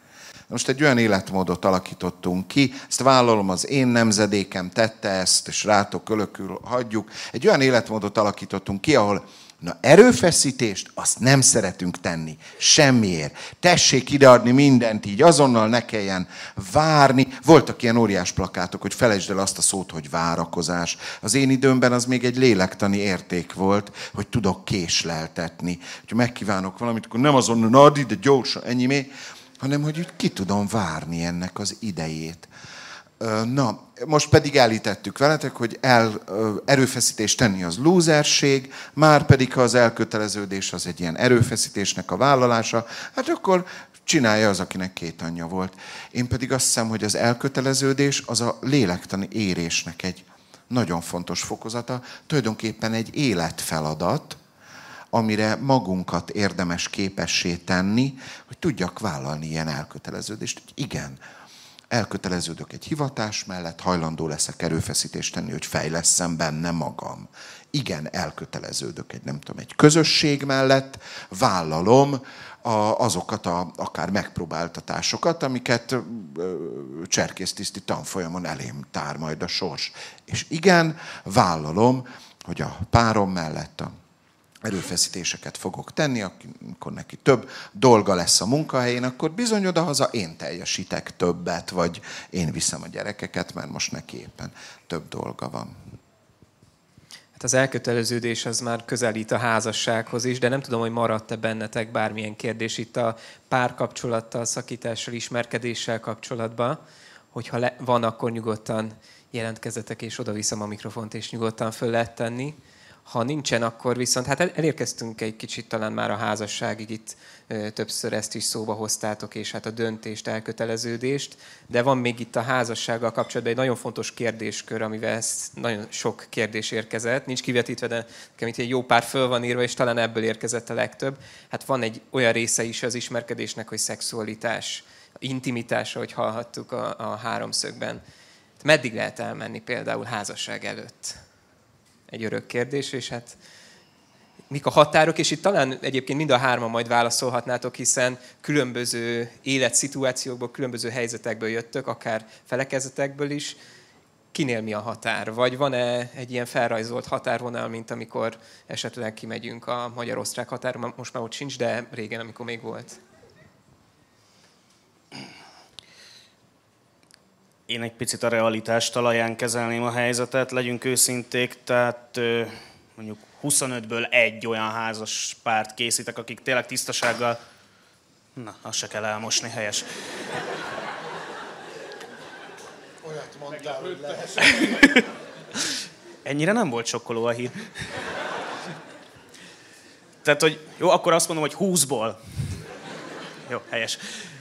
Most egy olyan életmódot alakítottunk ki, ezt vállalom, az én nemzedékem tette ezt, és rátok ölökül hagyjuk. Egy olyan életmódot alakítottunk ki, ahol erőfeszítést azt nem szeretünk tenni. Semmiért. Tessék ideadni mindent így, azonnal ne kelljen várni. Voltak ilyen óriás plakátok, hogy felejtsd el azt a szót, hogy várakozás. Az én időmben az még egy lélektani érték volt, hogy tudok késleltetni. Hogyha megkívánok valamit, akkor nem azonnal add ide gyorsan, ennyi hanem hogy úgy ki tudom várni ennek az idejét. Na, most pedig elítettük veletek, hogy erőfeszítést tenni az lúzerség, már pedig ha az elköteleződés az egy ilyen erőfeszítésnek a vállalása, hát akkor csinálja az, akinek 2 anyja volt. Én pedig azt hiszem, hogy az elköteleződés az a lélektani érésnek egy nagyon fontos fokozata, tulajdonképpen egy életfeladat, amire magunkat érdemes képessé tenni, hogy tudjak vállalni ilyen elköteleződést. Igen, elköteleződök egy hivatás mellett, hajlandó leszek erőfeszítést tenni, hogy fejlesszem benne magam. Igen, elköteleződök egy közösség mellett, vállalom azokat akár megpróbáltatásokat, amiket cserkésztiszti tanfolyamon elém tár majd a sors. És igen, vállalom, hogy a párom mellett erőfeszítéseket fogok tenni, amikor neki több dolga lesz a munkahelyén, akkor bizony odahaza én teljesítek többet, vagy én viszem a gyerekeket, mert most neki éppen több dolga van. Hát az elköteleződés az már közelít a házassághoz is, de nem tudom, hogy maradt-e bennetek bármilyen kérdés itt a párkapcsolattal, szakítással, ismerkedéssel kapcsolatban, hogyha van, akkor nyugodtan jelentkezzetek, és oda-viszem a mikrofont, és nyugodtan föl lehet tenni. Ha nincsen, akkor viszont, hát elérkeztünk egy kicsit talán már a házasságig, itt többször ezt is szóba hoztátok, és hát a döntést, elköteleződést, de van még itt a házassággal kapcsolatban egy nagyon fontos kérdéskör, amivel nagyon sok kérdés érkezett. Nincs kivetítve, de nekem itt egy jó pár föl van írva, és talán ebből érkezett a legtöbb. Hát van egy olyan része is az ismerkedésnek, hogy szexualitás, intimitás, ahogy hallhattuk a háromszögben. Meddig lehet elmenni például házasság előtt? Egy örök kérdés, és hát mik a határok, és itt talán egyébként mind a hárman majd válaszolhatnátok, hiszen különböző életszituációkból, különböző helyzetekből jöttök, akár felekezetekből is. Kinél mi a határ? Vagy van-e egy ilyen felrajzolt határvonal, mint amikor esetleg kimegyünk a magyar-osztrák határon, most már ott sincs, de régen, amikor még volt? Én egy picit a realitás talaján kezelném a helyzetet, legyünk őszinték, tehát mondjuk 25-ből egy olyan házas párt készítek, akik tényleg tisztasággal... Na, azt se kell elmosni, helyes. Olyat mondtál, hogy lehet. Ennyire nem volt sokkoló a hír. Tehát, hogy jó, akkor azt mondom, hogy 20-ból. Jó, helyes.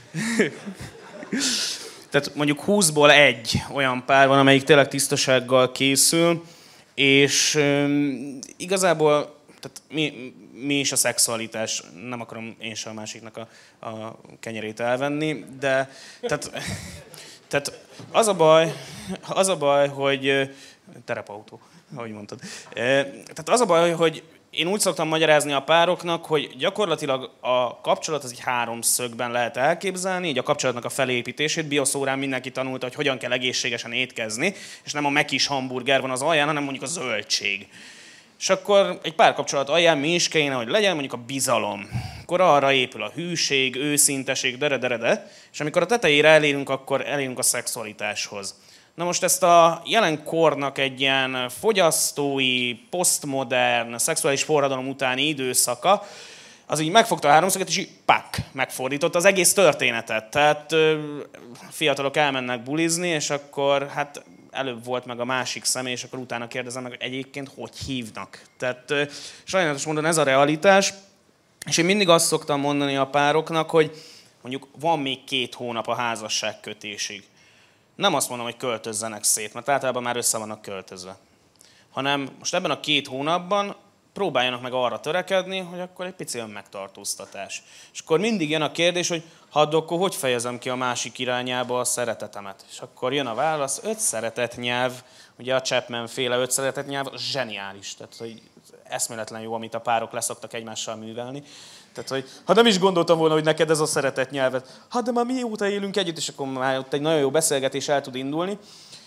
Tehát mondjuk 20-ból egy olyan pár van, amelyik tényleg tisztasággal készül, és igazából tehát mi is a szexualitás, nem akarom én sem a másiknak a kenyerét elvenni, de tehát az a baj, hogy terepautó, ahogy mondtad. Tehát az a baj, hogy én úgy szoktam magyarázni a pároknak, hogy gyakorlatilag a kapcsolat az egy háromszögben lehet elképzelni, így a kapcsolatnak a felépítését. Bioszórán mindenki tanulta, hogy hogyan kell egészségesen étkezni, és nem a mekis hamburger van az alján, hanem mondjuk a zöldség. És akkor egy párkapcsolat alján mi is kellene, hogy legyen mondjuk a bizalom. Akkor arra épül a hűség, őszinteség, de. És amikor a tetejére elérünk, akkor elérünk a szexualitáshoz. Na most ezt a jelen kornak egy ilyen fogyasztói, posztmodern, szexuális forradalom utáni időszaka, az így megfogta a háromszöget, és így megfordította az egész történetet. Tehát fiatalok elmennek bulizni, és akkor hát előbb volt meg a másik személy, és akkor utána kérdezem meg, hogy egyébként hogy hívnak. Tehát sajnálatos módon ez a realitás, és én mindig azt szoktam mondani a pároknak, hogy mondjuk van még 2 hónap a házasság kötésig. Nem azt mondom, hogy költözzenek szét, mert általában már össze vannak költözve. Hanem most ebben a 2 hónapban próbáljanak meg arra törekedni, hogy akkor egy pici önmegtartóztatás. És akkor mindig jön a kérdés, hogy akkor hogy fejezem ki a másik irányába a szeretetemet? És akkor jön a válasz, 5 szeretetnyelv, ugye a Chapman féle 5 szeretetnyelv, zseniális. Tehát, hogy eszméletlen jó, amit a párok leszoktak egymással művelni. Tehát, hogy ha nem is gondoltam volna, hogy neked ez a szeretett nyelved, hát de már mióta élünk együtt, és akkor már ott egy nagyon jó beszélgetés el tud indulni.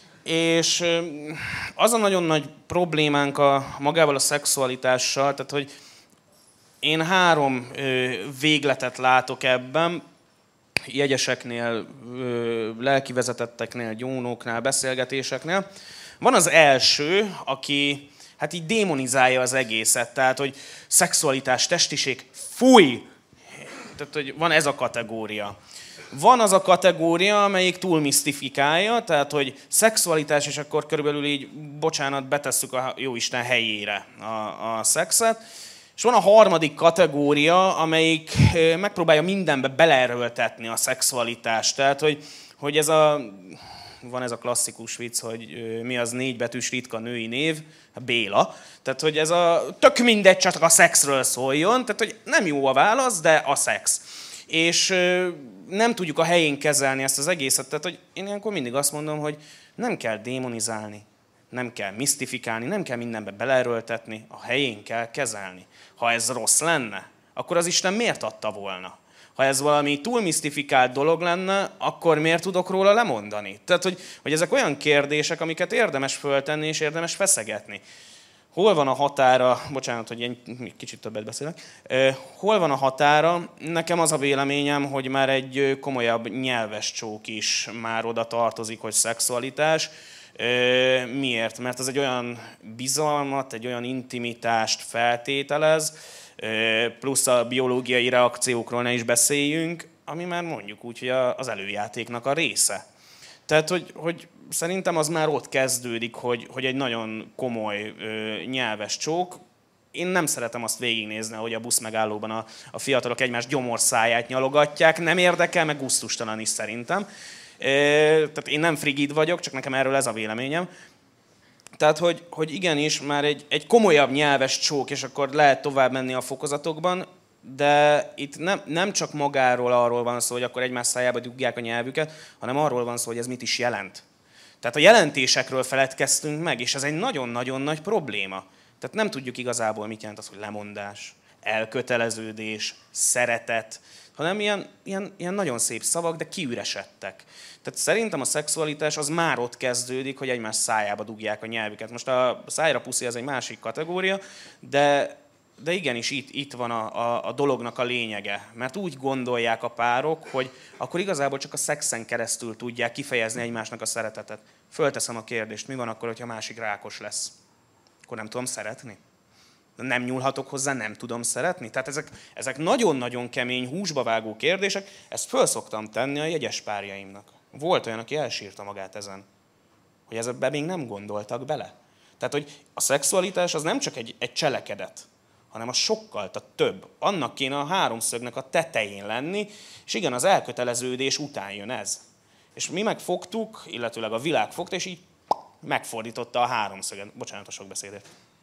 És az a nagyon nagy problémánk magával a szexualitással, tehát, hogy én 3 végletet látok ebben, jegyeseknél, lelkivezetetteknél, gyónóknál, beszélgetéseknél. Van az első, aki hát így démonizálja az egészet, tehát, hogy szexualitás, testiség, fúj! Tehát, hogy van ez a kategória. Van az a kategória, amelyik túl misztifikálja, tehát, hogy szexualitás, és akkor körülbelül így, bocsánat, betesszük a jóisten helyére a szexet. És van a harmadik kategória, amelyik megpróbálja mindenbe beleerőltetni a szexualitást. Tehát, hogy van ez a klasszikus vicc, hogy mi az 4 betűs ritka női név, Béla. Tehát, hogy ez tök mindegy, csak a szexről szóljon. Tehát, hogy nem jó a válasz, de a szex. És nem tudjuk a helyén kezelni ezt az egészet. Tehát, hogy én ilyenkor mindig azt mondom, hogy nem kell démonizálni, nem kell misztifikálni, nem kell mindenbe beleerőltetni, a helyén kell kezelni. Ha ez rossz lenne, akkor az Isten miért adta volna? Ha ez valami túl misztifikált dolog lenne, akkor miért tudok róla lemondani? Tehát, hogy ezek olyan kérdések, amiket érdemes föltenni és érdemes feszegetni. Hol van a határa, bocsánat, hogy én kicsit többet beszélek, hol van a határa? Nekem az a véleményem, hogy már egy komolyabb nyelves csók is már oda tartozik, hogy szexualitás. Miért? Mert ez egy olyan bizalmat, egy olyan intimitást feltételez, plusz a biológiai reakciókról ne is beszéljünk, ami már mondjuk úgy, hogy az előjátéknak a része. Tehát, hogy szerintem az már ott kezdődik, hogy egy nagyon komoly nyelves csók. Én nem szeretem azt végignézni, hogy a buszmegállóban a fiatalok egymás gyomorszáját nyalogatják. Nem érdekel, meg gusztustalan is szerintem. Tehát én nem frigid vagyok, csak nekem erről ez a véleményem. Tehát, hogy igenis már egy komolyabb nyelves csók, és akkor lehet tovább menni a fokozatokban, de itt nem csak magáról arról van szó, hogy akkor egymás szájába dugják a nyelvüket, hanem arról van szó, hogy ez mit is jelent. Tehát a jelentésekről feledkeztünk meg, és ez egy nagyon-nagyon nagy probléma. Tehát nem tudjuk igazából, mit jelent az, hogy lemondás, elköteleződés, szeretet, hanem ilyen nagyon szép szavak, de kiüresedtek. Tehát szerintem a szexualitás az már ott kezdődik, hogy egymás szájába dugják a nyelvüket. Most a szájra puszi az egy másik kategória, de igenis itt van a dolognak a lényege. Mert úgy gondolják a párok, hogy akkor igazából csak a szexen keresztül tudják kifejezni egymásnak a szeretetet. Fölteszem a kérdést, mi van akkor, hogyha a másik rákos lesz? Akkor nem tudom szeretni? Nem nyúlhatok hozzá, nem tudom szeretni? Tehát ezek nagyon-nagyon kemény, húsba vágó kérdések. Ezt föl szoktam tenni a jegyes párjaimnak. Volt olyan, aki elsírta magát ezen, hogy ezekbe még nem gondoltak bele. Tehát, hogy a szexualitás az nem csak egy cselekedet, hanem az sokkal több. Annak kéne a háromszögnek a tetején lenni, és igen, az elköteleződés után jön ez. És mi megfogtuk, illetőleg a világ fogta, és így megfordította a háromszöget. Bocsánat a sok beszédért.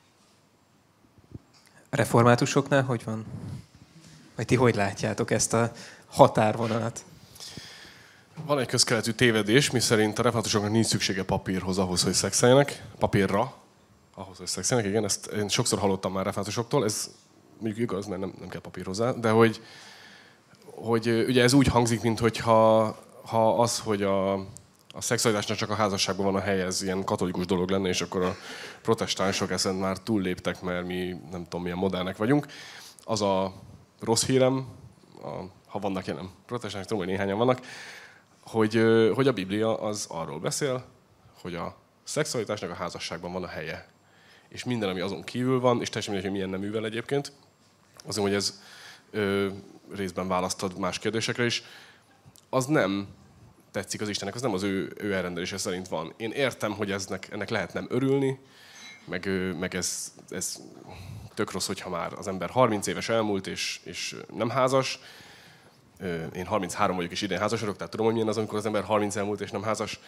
A reformátusoknál hogy van? Vagy ti hogy látjátok ezt a határvonalat? Van egy közkeletű tévedés, miszerint a reformátusoknak nincs szüksége papírhoz ahhoz, hogy szexeljenek. Papírra ahhoz, hogy szexeljenek. Igen, ezt én sokszor hallottam már reformátusoktól. Ez mondjuk igaz, mert nem kell papír hozzá. De hogy ugye ez úgy hangzik, mintha az, hogy a szexualitásnak csak a házasságban van a helye, ez ilyen katolikus dolog lenne, és akkor a protestánsok ezen már túlléptek, mert mi nem tudom milyen modernek vagyunk. Az a rossz hírem, ha vannak jelen protestánsok, tudom, hogy néhányan vannak, hogy a Biblia az arról beszél, hogy a szexualitásnak a házasságban van a helye. És minden, ami azon kívül van, és teljesen mindegy, hogy milyen neművel egyébként, azért, hogy ez részben választad más kérdésekre is, az nem tetszik az Istennek, az nem az ő elrendelése szerint van. Én értem, hogy ennek lehet nem örülni, meg ez tök rossz, hogyha már az ember 30 éves elmúlt, és nem házas. Én 33 vagyok, és idén házas vagyok, tehát tudom, hogy milyen az, amikor az ember 30 elmúlt, és nem házas.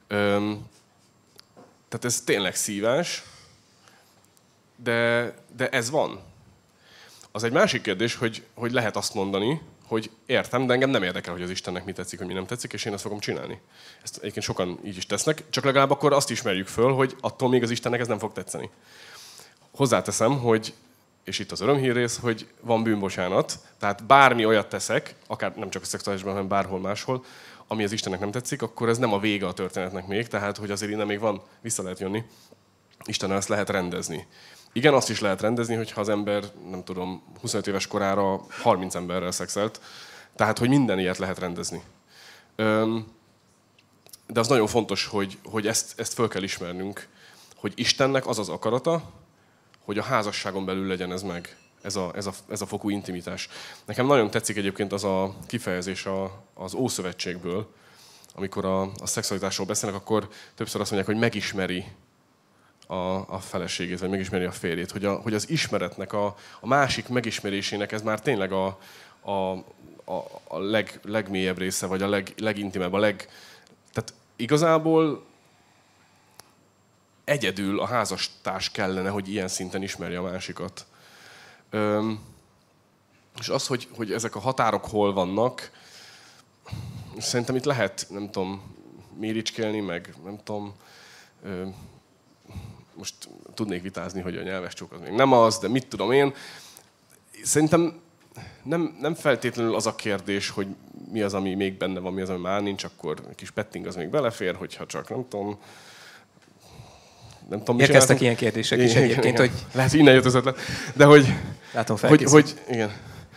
Tehát ez tényleg szívás, de ez van. Az egy másik kérdés, hogy lehet azt mondani, hogy értem, de engem nem érdekel, hogy az Istennek mi tetszik, hogy mi nem tetszik, és én ezt fogom csinálni. Ezt egyébként sokan így is tesznek, csak legalább akkor azt ismerjük föl, hogy attól még az Istennek ez nem fog tetszeni. Hozzáteszem, hogy, és itt az örömhír rész, hogy van bűnbocsánat, tehát bármi olyat teszek, akár nem csak a szexuálisban, hanem bárhol máshol, ami az Istennek nem tetszik, akkor ez nem a vége a történetnek még, tehát hogy azért innen még van, vissza lehet jönni. Istennel ezt lehet rendezni. Igen, azt is lehet rendezni, hogyha az ember, nem tudom, 25 éves korára 30 emberrel szexelt, tehát hogy minden ilyet lehet rendezni. De az nagyon fontos, hogy ezt föl kell ismernünk, hogy Istennek az az akarata, hogy a házasságon belül legyen ez meg, ez a fokú intimitás. Nekem nagyon tetszik egyébként az a kifejezés az Ószövetségből, amikor a szexualitásról beszélnek, akkor többször azt mondják, hogy megismeri a feleségét, vagy megismeri a férjét. Hogy az ismeretnek, a másik megismerésének ez már tényleg a legmélyebb része, vagy a legintimebb, tehát igazából egyedül a házastárs kellene, hogy ilyen szinten ismerje a másikat. És az, hogy ezek a határok hol vannak, szerintem itt lehet, nem tudom, méricskélni, meg nem tudom, most tudnék vitázni, hogy a nyelves csók az még nem az, de mit tudom én. Szerintem nem feltétlenül az a kérdés, hogy mi az, ami még benne van, mi az, ami már nincs, akkor egy kis petting az még belefér, hogyha csak nem tudom, érkeztek ilyen kérdések is egyébként, igen. hogy... Lehet, innen jött az ötlet. De hogy... Látom igen.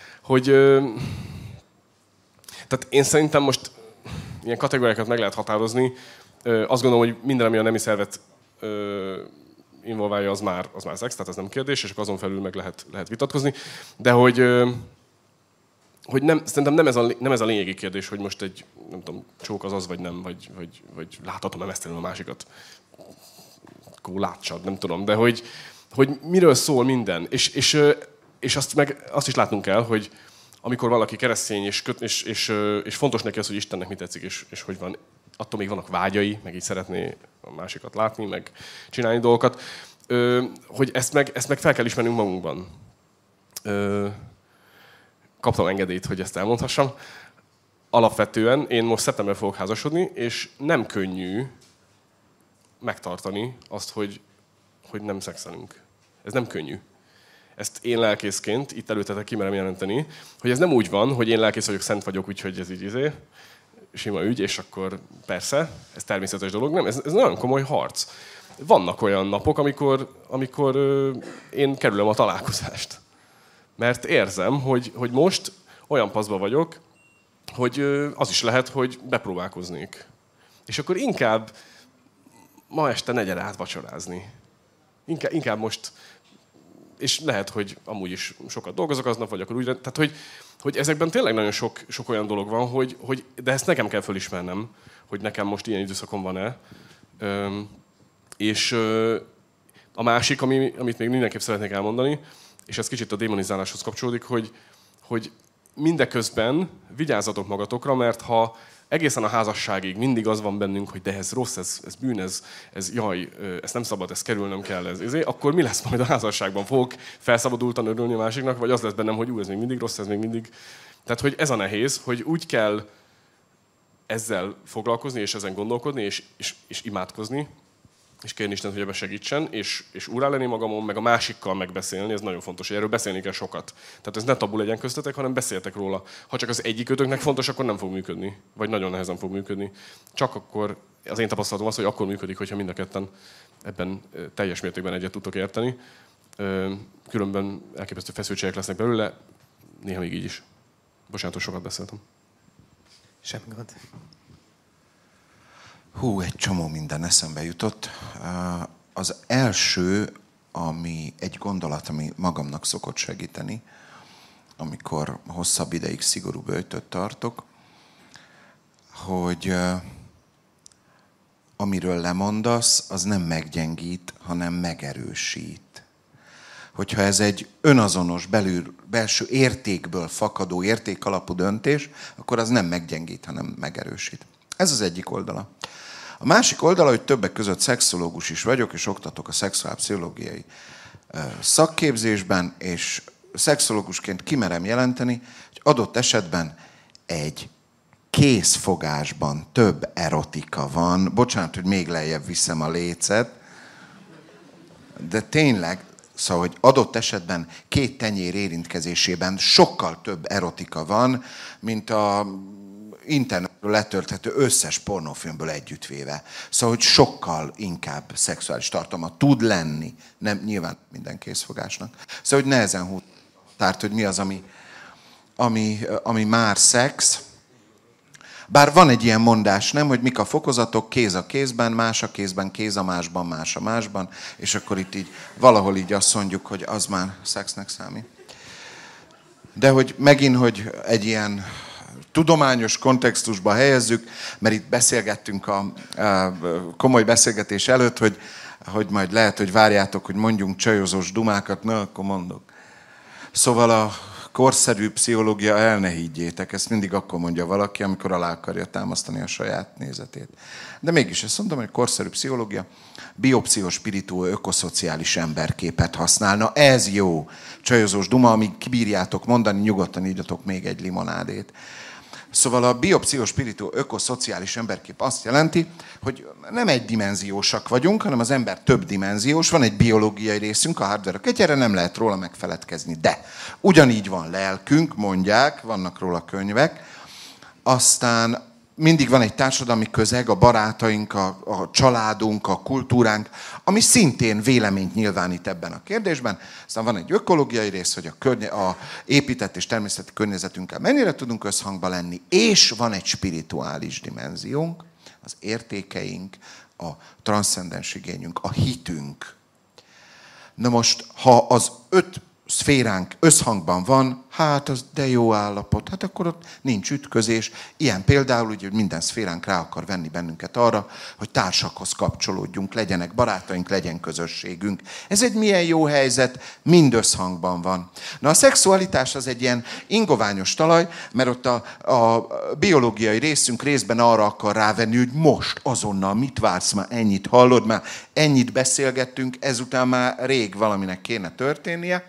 Tehát én szerintem most ilyen kategóriákat meg lehet határozni. Azt gondolom, hogy minden, ami a nemi szervet involválja, az már szex, tehát ez nem kérdés, és azon felül meg lehet vitatkozni. De hogy szerintem nem ez a lényegi kérdés, hogy most egy, nem tudom, csók az, vagy nem, vagy láthatom esztelenül a másikat. Akkor látsad, nem tudom, de hogy miről szól minden. És azt is látnunk kell, hogy amikor valaki keresztény, és fontos neki az, hogy Istennek mi tetszik, és hogy van, attól még vannak vágyai, meg így szeretné a másikat látni, meg csinálni dolgokat, hogy ezt meg fel kell ismernünk magunkban. Kaptam engedélyt, hogy ezt elmondhassam. Alapvetően én most szeptemberben fogok házasodni, és nem könnyű megtartani azt, hogy nem szexelünk. Ez nem könnyű. Ezt én lelkészként itt előttetek kimerem jelenteni, hogy ez nem úgy van, hogy én lelkész vagyok, szent vagyok, úgyhogy ez így sima ügy, és akkor persze, ez természetes dolog. Nem, ez nagyon komoly harc. Vannak olyan napok, amikor én kerülöm a találkozást. Mert érzem, hogy most olyan paszba vagyok, hogy az is lehet, hogy bepróbálkoznék. És akkor inkább ma este ne gyere át vacsorázni. Inkább most, és lehet, hogy amúgy is sokat dolgozok aznap, vagy akkor úgy, tehát hogy ezekben tényleg nagyon sok olyan dolog van, de ezt nekem kell fölismernem, hogy nekem most ilyen időszakom van-e. És a másik, amit még mindenképp szeretnék elmondani, és ez kicsit a démonizáláshoz kapcsolódik, hogy mindeközben vigyázzatok magatokra, mert ha egészen a házasságig mindig az van bennünk, hogy de ez rossz, ez bűn, ez jaj, ezt nem szabad, ez kerülnöm kell, akkor mi lesz majd a házasságban? Fogok felszabadultan örülni a másiknak, vagy az lesz bennem, hogy ez még mindig rossz, ez még mindig... Tehát, hogy ez a nehéz, hogy úgy kell ezzel foglalkozni, és ezen gondolkodni, és imádkozni, és kérni Istent, hogy ebbe segítsen, és úrrá lenni magamon, meg a másikkal megbeszélni, ez nagyon fontos, hogy erről beszélni kell sokat. Tehát ez ne tabu legyen köztetek, hanem beszéltek róla. Ha csak az egyikötöknek fontos, akkor nem fog működni, vagy nagyon nehezen fog működni. Csak akkor, az én tapasztalatom az, hogy akkor működik, hogyha mind a ketten ebben teljes mértékben egyet tudtok érteni. Különben elképesztő feszültségek lesznek belőle, néha még így is. Bocsánat, sokat beszéltem. Semmi gond. Egy csomó minden eszembe jutott. Az első, egy gondolat, ami magamnak szokott segíteni, amikor hosszabb ideig szigorú böjtöt tartok, hogy amiről lemondasz, az nem meggyengít, hanem megerősít. Hogyha ez egy önazonos, belső értékből fakadó, értékalapú döntés, akkor az nem meggyengít, hanem megerősít. Ez az egyik oldala. A másik oldala, hogy többek között szexológus is vagyok, és oktatok a szexuálpszichológiai szakképzésben, és szexológusként kimerem jelenteni, hogy adott esetben egy készfogásban több erotika van. Bocsánat, hogy még lejjebb viszem a lécet, de tényleg Szóval, hogy adott esetben 2 tenyér érintkezésében sokkal több erotika van, mint a internetről letölthető összes pornófilmből együttvéve. Szóval, hogy sokkal inkább szexuális tartalma tud lenni. Nem, nyilván minden készfogásnak. Szóval, hogy nehezen húz. Tehát, hogy mi az, ami már szex. Bár van egy ilyen mondás, nem, hogy mik a fokozatok, kéz a kézben, más a kézben, kéz a másban, más a másban, és akkor itt így valahol így azt mondjuk, hogy az már szexnek számít. De hogy megint, hogy egy ilyen tudományos kontextusba helyezzük, mert itt beszélgettünk a komoly beszélgetés előtt, hogy majd lehet, hogy várjátok, hogy mondjunk csajozós dumákat, na, akkor mondok. Szóval a korszerű pszichológia, el ne higgyétek, ezt mindig akkor mondja valaki, amikor alá akarja támasztani a saját nézetét. De mégis ezt mondom, hogy korszerű pszichológia biopszichospirituó ökoszociális emberképet használna. Ez jó csajozós duma, amíg kibírjátok mondani, nyugodtan ígyatok még egy limonádét. Szóval a biopszichospirituó ökoszociális emberkép azt jelenti, hogy nem egydimenziósak vagyunk, hanem az ember többdimenziós, van egy biológiai részünk, a hardware, egyre nem lehet róla megfeledkezni, de ugyanígy van lelkünk, mondják, vannak róla könyvek, aztán mindig van egy társadalmi közeg, a barátaink, a családunk, a kultúránk, ami szintén véleményt nyilvánít ebben a kérdésben. Aztán van egy ökológiai rész, hogy a épített és természeti környezetünkkel mennyire tudunk összhangba lenni, és van egy spirituális dimenziónk, az értékeink, a transzcendens igényünk, a hitünk. Na most, ha az 5 szféránk összhangban van, hát az de jó állapot, hát akkor ott nincs ütközés. Ilyen például, ugye, hogy minden szféránk rá akar venni bennünket arra, hogy társakhoz kapcsolódjunk, legyenek barátaink, legyen közösségünk. Ez egy milyen jó helyzet, mind összhangban van. Na a szexualitás az egy ilyen ingoványos talaj, mert ott a biológiai részünk részben arra akar rávenni, hogy most azonnal mit vársz, már ennyit hallod, már ennyit beszélgettünk, ezután már rég valaminek kéne történnie.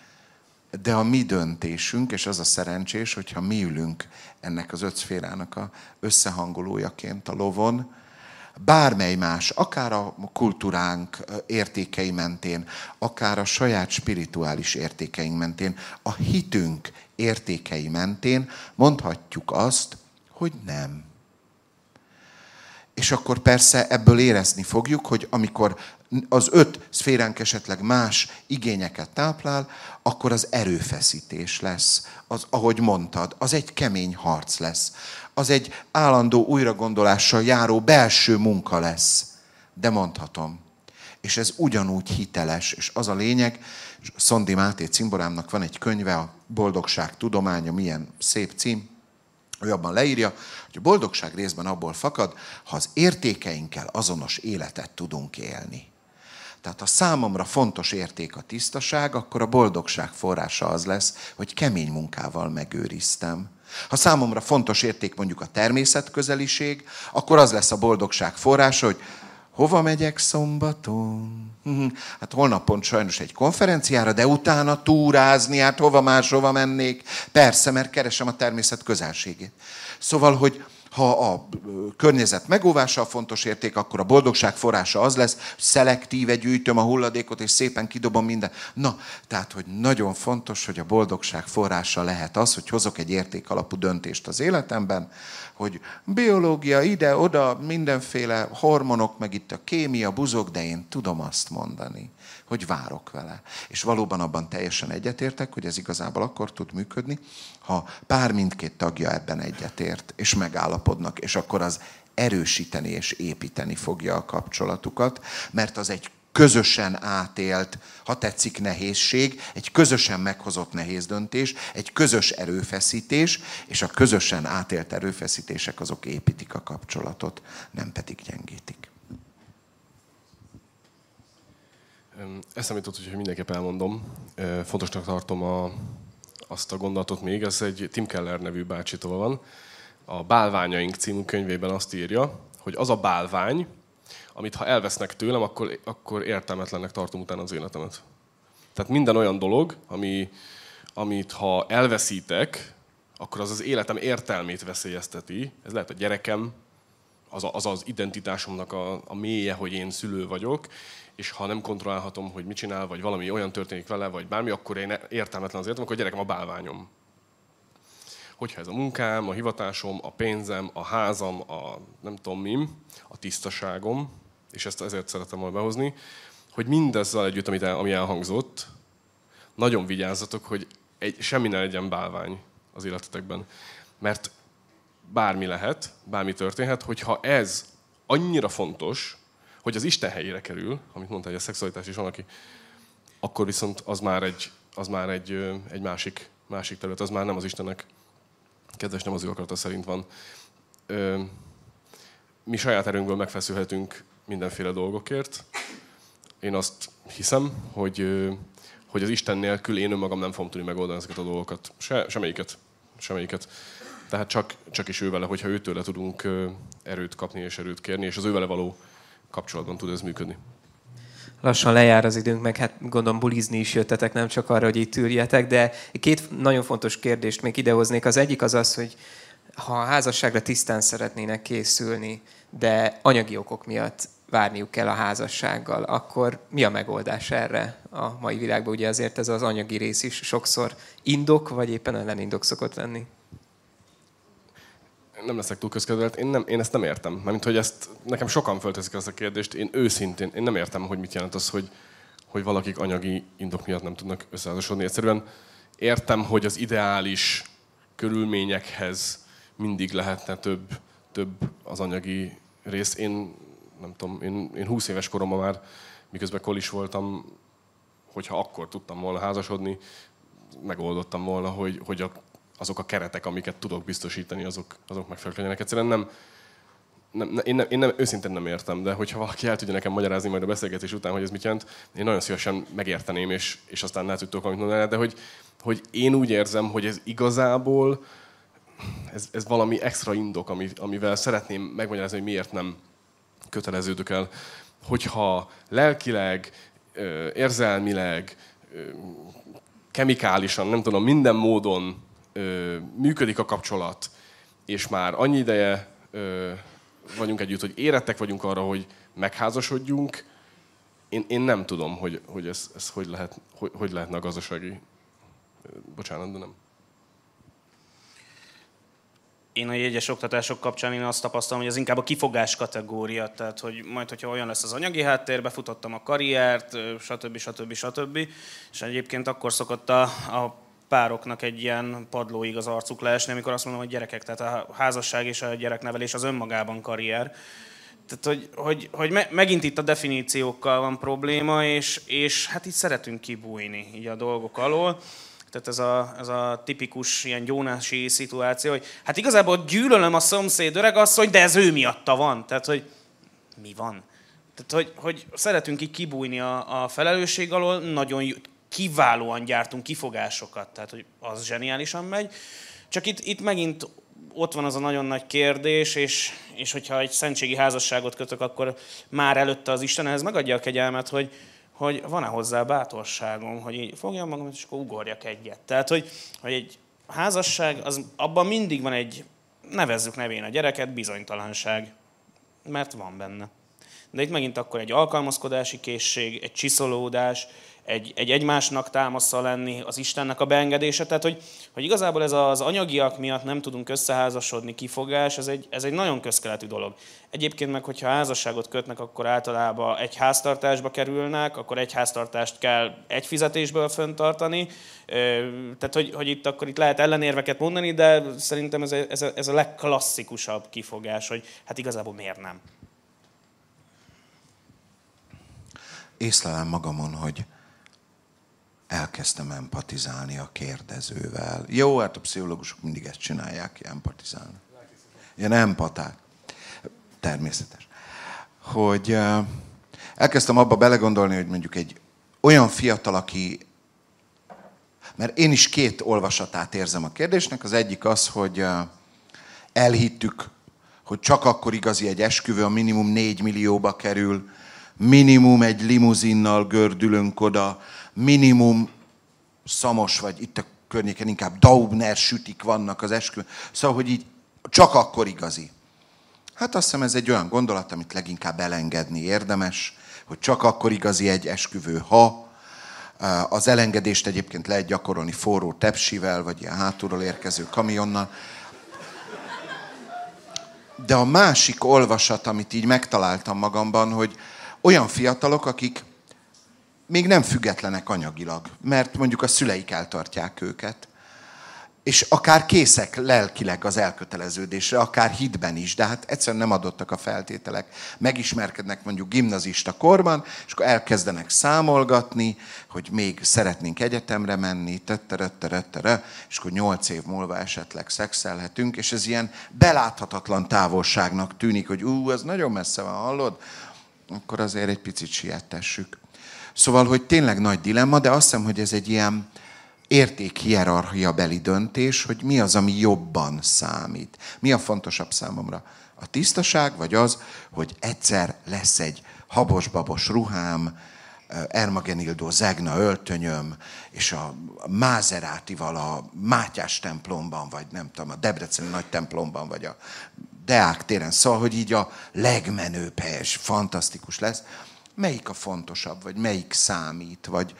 De a mi döntésünk, és az a szerencsés, hogyha mi ülünk ennek az 5 szférának a összehangolójaként a lovon, bármely más, akár a kultúránk értékei mentén, akár a saját spirituális értékeink mentén, a hitünk értékei mentén mondhatjuk azt, hogy nem. És akkor persze ebből érezni fogjuk, hogy amikor az 5 szféránk esetleg más igényeket táplál, akkor az erőfeszítés lesz. Az, ahogy mondtad, az egy kemény harc lesz. Az egy állandó újragondolással járó belső munka lesz. De mondhatom. És ez ugyanúgy hiteles, és az a lényeg, Szondi Máté cimborámnak van egy könyve, a Boldogság tudománya, milyen szép cím, ő abban leírja, hogy a boldogság részben abból fakad, ha az értékeinkkel azonos életet tudunk élni. Tehát ha számomra fontos érték a tisztaság, akkor a boldogság forrása az lesz, hogy kemény munkával megőriztem. Ha számomra fontos érték mondjuk a természetközeliség, akkor az lesz a boldogság forrása, hogy hova megyek szombaton? Hát holnap pont sajnos egy konferenciára, de utána túrázni, hát hova máshova mennék? Persze, mert keresem a természet közelségét. Szóval, hogy ha a környezet megóvása a fontos érték, akkor a boldogság forrása az lesz, hogy szelektíve gyűjtöm a hulladékot, és szépen kidobom minden. Na, tehát, hogy nagyon fontos, hogy a boldogság forrása lehet az, hogy hozok egy értékalapú döntést az életemben, hogy biológia ide-oda, mindenféle hormonok, meg itt a kémia, buzog, de én tudom azt mondani, hogy várok vele. És valóban abban teljesen egyetértek, hogy ez igazából akkor tud működni, ha pár mindkét tagja ebben egyetért, és megállapodnak, és akkor az erősíteni és építeni fogja a kapcsolatukat, mert az egy közösen átélt, ha tetszik, nehézség, egy közösen meghozott nehéz döntés, egy közös erőfeszítés, és a közösen átélt erőfeszítések azok építik a kapcsolatot, nem pedig gyengítik. Eszembe jutott, hogy mindenképp elmondom. Fontosnak tartom azt a gondolatot még, ez egy Tim Keller nevű bácsitól van. A Bálványaink című könyvében azt írja, hogy az a bálvány, amit ha elvesznek tőlem, akkor értelmetlennek tartom utána az életemet. Tehát minden olyan dolog, amit ha elveszítek, akkor az életem értelmét veszélyezteti. Ez lehet a gyerekem, az identitásomnak a mélye, hogy én szülő vagyok, és ha nem kontrollálhatom, hogy mit csinál, vagy valami olyan történik vele, vagy bármi, akkor én értelmetlen az életem, akkor a gyerekem a bálványom. Hogyha ez a munkám, a hivatásom, a pénzem, a házam, a nem tudom mi, a tisztaságom, és ezt ezért szeretem volna behozni, hogy mindezzel együtt, ami elhangzott, nagyon vigyázzatok, hogy semmi ne legyen bálvány az életetekben. Mert bármi lehet, bármi történhet, hogyha ez annyira fontos, hogy az Isten helyére kerül, amit mondta, hogy a szexualitás is van, aki, akkor viszont az már egy másik terület, az már nem az Istennek kedves, nem az ő akarata szerint van. Mi saját erőnkből megfeszülhetünk mindenféle dolgokért. Én azt hiszem, hogy az Isten nélkül én önmagam nem fogom tudni megoldani ezeket a dolgokat. Semmelyiket. Tehát csak is ő vele, hogyha őtőle tudunk erőt kapni és erőt kérni, és az ő vele való kapcsolatban tud ez működni. Lassan lejár az időnk, meg hát gondolom bulizni is jöttetek, nem csak arra, hogy itt üljetek, de két nagyon fontos kérdést még idehoznék. Az egyik az, hogy ha a házasságra tisztán szeretnének készülni, de anyagi okok miatt várniuk kell a házassággal, akkor mi a megoldás erre a mai világban? Ugye azért ez az anyagi rész is sokszor indok, vagy éppen ellenindok szokott lenni. Nem leszek túl közkedvelt, én ezt nem értem. Mármint, hogy nekem sokan fölteszik ezt a kérdést, én őszintén, én nem értem, hogy mit jelent az, hogy valakik anyagi indok miatt nem tudnak összeházasodni. Egyszerűen értem, hogy az ideális körülményekhez mindig lehetne több az anyagi rész. Én nem tudom, én 20 éves koromban már, miközben kolis voltam, hogyha akkor tudtam volna házasodni, megoldottam volna, hogy azok a keretek, amiket tudok biztosítani, azok megfelelők legyenek. Egyszerűen én őszintén nem értem, de hogyha valaki el tudja nekem magyarázni majd a beszélgetés után, hogy ez mit jelent, én nagyon szívesen megérteném, és aztán lehet, hogy tudok valamit mondani, de hogy én úgy érzem, hogy ez igazából ez valami extra indok, amivel szeretném megmagyarázni, hogy miért nem köteleződök el. Hogyha lelkileg, érzelmileg, kemikálisan, nem tudom, minden módon működik a kapcsolat, és már annyi ideje vagyunk együtt, hogy érettek vagyunk arra, hogy megházasodjunk, én nem tudom, hogy ez hogy lehetne a gazdasági... Bocsánat, de nem. Én a jegyes oktatások kapcsán én azt tapasztalom, hogy ez inkább a kifogás kategória, tehát hogy majd, hogyha olyan lesz az anyagi háttér, befutottam a karriert, stb. És egyébként akkor szokott a pároknak egy ilyen padlóig az arcuk leesni, amikor azt mondom, hogy gyerekek, tehát a házasság és a gyereknevelés az önmagában karrier. Tehát, hogy megint itt a definíciókkal van probléma, és hát itt szeretünk kibújni így a dolgok alól. Tehát ez a tipikus ilyen gyónási szituáció, hogy hát igazából gyűlölöm a szomszéd öregasszony, de ez ő miatta van. Tehát, hogy mi van? Tehát, hogy szeretünk így kibújni a felelősség alól, nagyon kiválóan gyártunk kifogásokat, tehát hogy az zseniálisan megy. Csak itt megint ott van az a nagyon nagy kérdés, és hogyha egy szentségi házasságot kötök, akkor már előtte az Isten ehhez megadja a kegyelmet, hogy van-e hozzá bátorságom, hogy így fogjam magam, és akkor ugorjak egyet. Tehát, hogy egy házasság, abban mindig van egy, nevezzük nevén a gyereket, bizonytalanság, mert van benne. De itt megint akkor egy alkalmazkodási készség, egy csiszolódás, egy egymásnak támaszza lenni, az Istennek a beengedése. Tehát, hogy igazából ez az anyagiak miatt nem tudunk összeházasodni, kifogás, ez egy nagyon közkeletű dolog. Egyébként meg, hogyha házasságot kötnek, akkor általában egy háztartásba kerülnek, akkor egy háztartást kell egy fizetésből fenntartani. Tehát, hogy itt lehet ellenérveket mondani, de szerintem ez a legklasszikusabb kifogás, hogy hát igazából miért nem. Észlelem magamon, hogy elkezdtem empatizálni a kérdezővel. Jó, hát a pszichológusok mindig ezt csinálják, empatizálni. Ilyen empaták. Természetes. Hogy elkezdtem abba belegondolni, hogy mondjuk egy olyan fiatal, aki... Mert én is két olvasatát érzem a kérdésnek. Az egyik az, hogy elhittük, hogy csak akkor igazi egy esküvő, a minimum 4 millióba kerül, minimum egy limuzinnal gördülünk oda, minimum szamos, vagy itt a környéken inkább Daubner sütik vannak az esküvőn. Szóval, hogy így csak akkor igazi. Hát azt hiszem ez egy olyan gondolat, amit leginkább elengedni érdemes. hogy csak akkor igazi egy esküvő, ha. Az elengedést egyébként lehet gyakorolni forró tepsivel, vagy ilyen hátulról érkező kamionnal. De a másik olvasat, amit így megtaláltam magamban, hogy olyan fiatalok, akik még nem függetlenek anyagilag, mert mondjuk a szüleik eltartják őket, és akár készek lelkileg az elköteleződésre, akár hitben is, de hát egyszerűen nem adottak a feltételek. Megismerkednek mondjuk gimnazista korban, és akkor elkezdenek számolgatni, hogy még szeretnénk egyetemre menni, és akkor 8 év múlva esetleg szexelhetünk, és ez ilyen beláthatatlan távolságnak tűnik, hogy ez nagyon messze van, hallod? Akkor azért egy picit siettessük. Szóval, hogy tényleg nagy dilemma, de azt hiszem, hogy ez egy ilyen értékhierarchia beli döntés, hogy mi az, ami jobban számít. Mi a fontosabb számomra? A tisztaság, vagy az, hogy egyszer lesz egy habos-babos ruhám, Ermagenildó zegna öltönyöm, és a Maseratival a Mátyás templomban, vagy nem tudom, a Debreceni nagy templomban, vagy a Deák téren. Szóval, hogy így a legmenőbb helyes, fantasztikus lesz. Melyik a fontosabb, vagy melyik számít, vagy...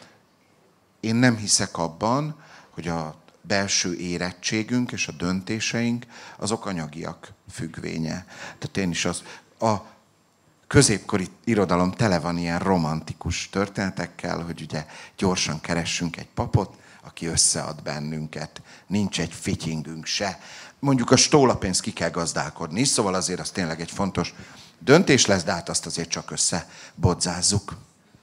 Én nem hiszek abban, hogy a belső érettségünk és a döntéseink azok anyagiak függvénye. Tehát én is a középkori irodalom tele van ilyen romantikus történetekkel, hogy ugye gyorsan keressünk egy papot, aki összead bennünket. Nincs egy fityingünk se. Mondjuk a stólapénzt ki kell gazdálkodni, szóval azért az tényleg egy fontos döntés lesz, de hát azt azért csak összebodzázzuk.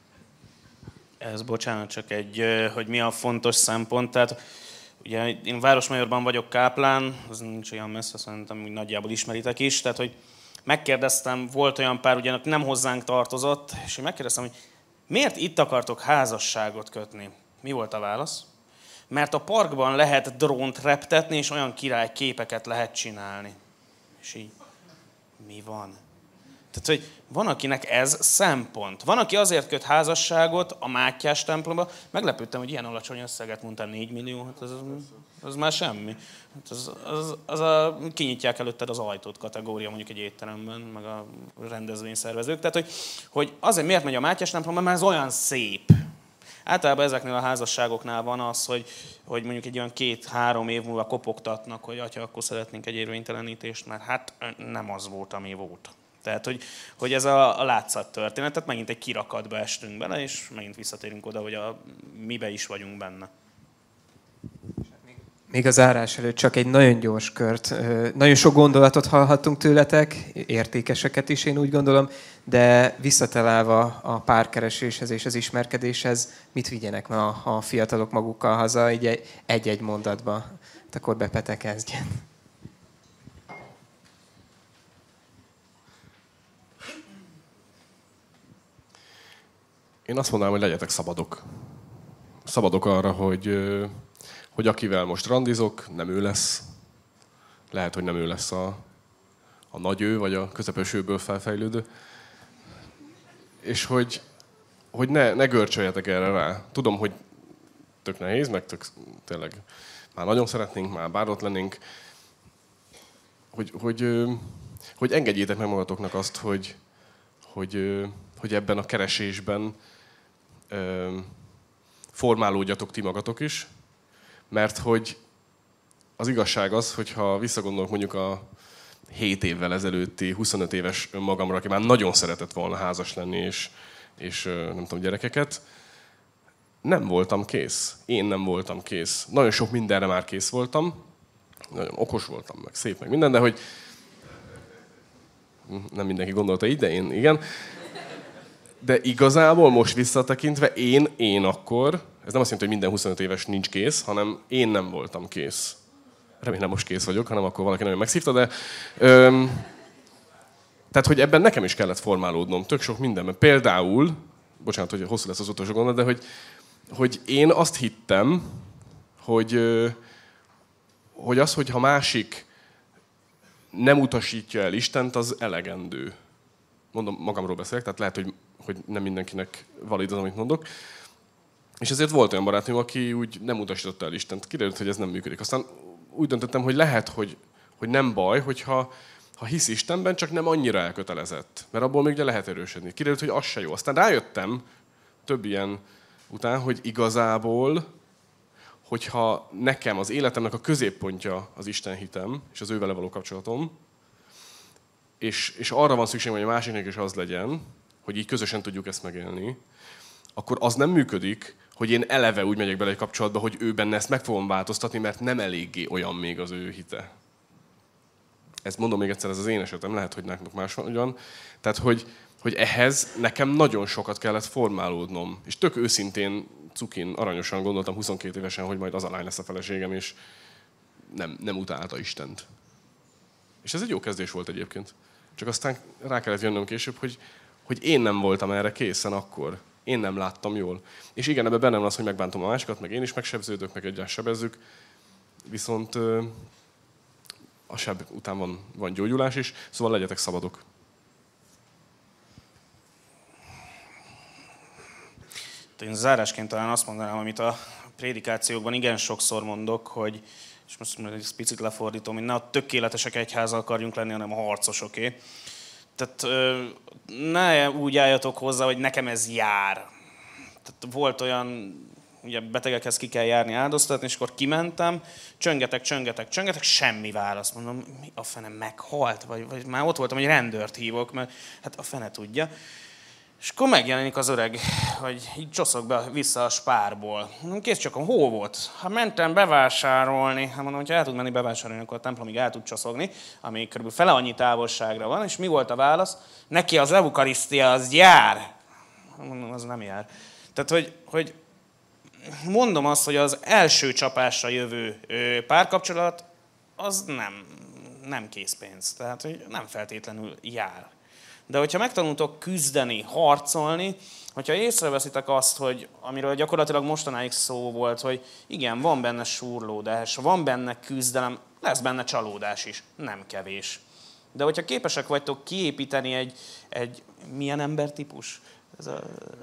Ez bocsánat, csak hogy mi a fontos szempont. Tehát ugye én Városmajorban vagyok káplán, az nincs olyan messze, szerintem úgy nagyjából ismeritek is. Tehát, hogy megkérdeztem, volt olyan pár, ugye nem hozzánk tartozott, és én megkérdeztem, hogy miért itt akartok házasságot kötni? Mi volt a válasz? Mert a parkban lehet drónt reptetni, és olyan király képeket lehet csinálni. És így, mi van? Tehát, hogy van, akinek ez szempont. Van, aki azért köt házasságot a Mátyás templomba. Meglepődtem, hogy ilyen alacsony összeget mondtál, 4 millió, hát az már semmi. Az kinyitják előtted az ajtót kategória mondjuk egy étteremben, meg a rendezvényszervezők. Tehát, hogy azért miért megy a Mátyás templomba, mert ez olyan szép. Általában ezeknél a házasságoknál van az, hogy mondjuk egy olyan 2-3 év múlva kopogtatnak, hogy atya, akkor szeretnénk egy érvénytelenítést, mert hát nem az volt, ami volt. Tehát, hogy ez a látszat történet, tehát megint egy kirakatba estünk bele, és megint visszatérünk oda, hogy mibe is vagyunk benne. Még az zárás előtt csak egy nagyon gyors kört. Nagyon sok gondolatot hallhattunk tőletek, értékeseket is, én úgy gondolom, de visszatalálva a párkereséshez és az ismerkedéshez, mit vigyenek ma a fiatalok magukkal haza, így egy-egy mondatba? Hát akkor Bepete kezdjen. Én azt mondanám, hogy legyetek szabadok. Szabadok arra, hogy akivel most randizok, nem ő lesz. Lehet, hogy nem ő lesz a nagy ő, vagy a közepes őből felfejlődő. És hogy ne görcsöljetek erre rá. Tudom, hogy tök nehéz, meg tényleg már nagyon szeretnénk, már bár ott lennénk. Hogy engedjétek meg magatoknak azt, hogy ebben a keresésben formálódjatok ti magatok is, mert hogy az igazság az, hogyha visszagondolok mondjuk a 7 évvel ezelőtti 25 éves önmagamra, aki már nagyon szeretett volna házas lenni, és nem tudom, gyerekeket, nem voltam kész. Én nem voltam kész. Nagyon sok mindenre már kész voltam, nagyon okos voltam, meg szép, meg minden, de hogy nem mindenki gondolta így, de én igen. De igazából most visszatekintve én akkor, ez nem azt jelenti, hogy minden 25 éves nincs kész, hanem én nem voltam kész. Remélem most kész vagyok, hanem akkor valaki nagyon megszívta, de... tehát, hogy ebben nekem is kellett formálódnom, tök sok mindenben. Például, bocsánat, hogy hosszú lesz az utolsó gondolat, de hogy én azt hittem, hogy az, hogyha másik nem utasítja el Istent, az elegendő. Mondom, magamról beszélek, tehát lehet, hogy nem mindenkinek valid az, amit mondok. És ezért volt olyan barátom, aki úgy nem utasította el Istent. Kiderült, hogy ez nem működik. Aztán úgy döntöttem, hogy lehet, hogy nem baj, hogyha ha hisz Istenben, csak nem annyira elkötelezett. Mert abból még ugye lehet erősödni. Kiderült, hogy az se jó. Aztán rájöttem több ilyen után, hogy igazából, hogyha nekem az életemnek a középpontja az Isten hitem, és az ővele való kapcsolatom, és arra van szükség, hogy a másiknak is az legyen, hogy így közösen tudjuk ezt megélni, akkor az nem működik, hogy én eleve úgy megyek bele egy kapcsolatba, hogy ő benne ezt meg fogom változtatni, mert nem eléggé olyan még az ő hite. Ezt mondom még egyszer, ez az én esetem, lehet, hogy nektek más van. Tehát, hogy ehhez nekem nagyon sokat kellett formálódnom. És tök őszintén, cukin, aranyosan gondoltam 22 évesen, hogy majd az a lány lesz a feleségem, és nem utálta Istent. És ez egy jó kezdés volt egyébként. Csak aztán rá kellett jönnöm később, hogy én nem voltam erre készen akkor. Én nem láttam jól. És igen, ebben bennem az, hogy megbántom a másikat, meg én is megsebződök, meg egyáltalán sebezzük. Viszont a seb után van gyógyulás is, szóval legyetek szabadok. Én zárásként talán azt mondanám, amit a prédikációkban igen sokszor mondok, hogy, és most egy picit lefordítom, hogy ne a tökéletesek egyháza akarjunk lenni, hanem a harcosoké. Tehát ne úgy álljatok hozzá, hogy nekem ez jár. Tehát volt olyan, ugye betegekhez ki kell járni áldoztatni, és akkor kimentem, csöngetek, semmi válasz. Mondom, mi a fene, meghalt? Vagy már ott voltam, hogy rendőrt hívok, mert hát a fene tudja. És akkor megjelenik az öreg, hogy így csoszog vissza a Spárból. Mondom, kész csak, hol volt? Hát mentem bevásárolni. Hát mondom, hogy ha el tud menni bevásárolni, akkor a templomig el tud csoszogni, ami kb. Fele annyi távolságra van. És mi volt a válasz? Neki az eukarisztia az jár. Mondom, az nem jár. Tehát, hogy mondom azt, hogy az első csapásra jövő párkapcsolat, az nem készpénz. Tehát, hogy nem feltétlenül jár. De hogyha megtanultok küzdeni, harcolni, hogyha észreveszitek azt, hogy amiről gyakorlatilag mostanáig szó volt, hogy igen, van benne súrlódás, van benne küzdelem, lesz benne csalódás is, nem kevés. De hogyha képesek vagytok kiépíteni egy milyen embertípus? Ez a...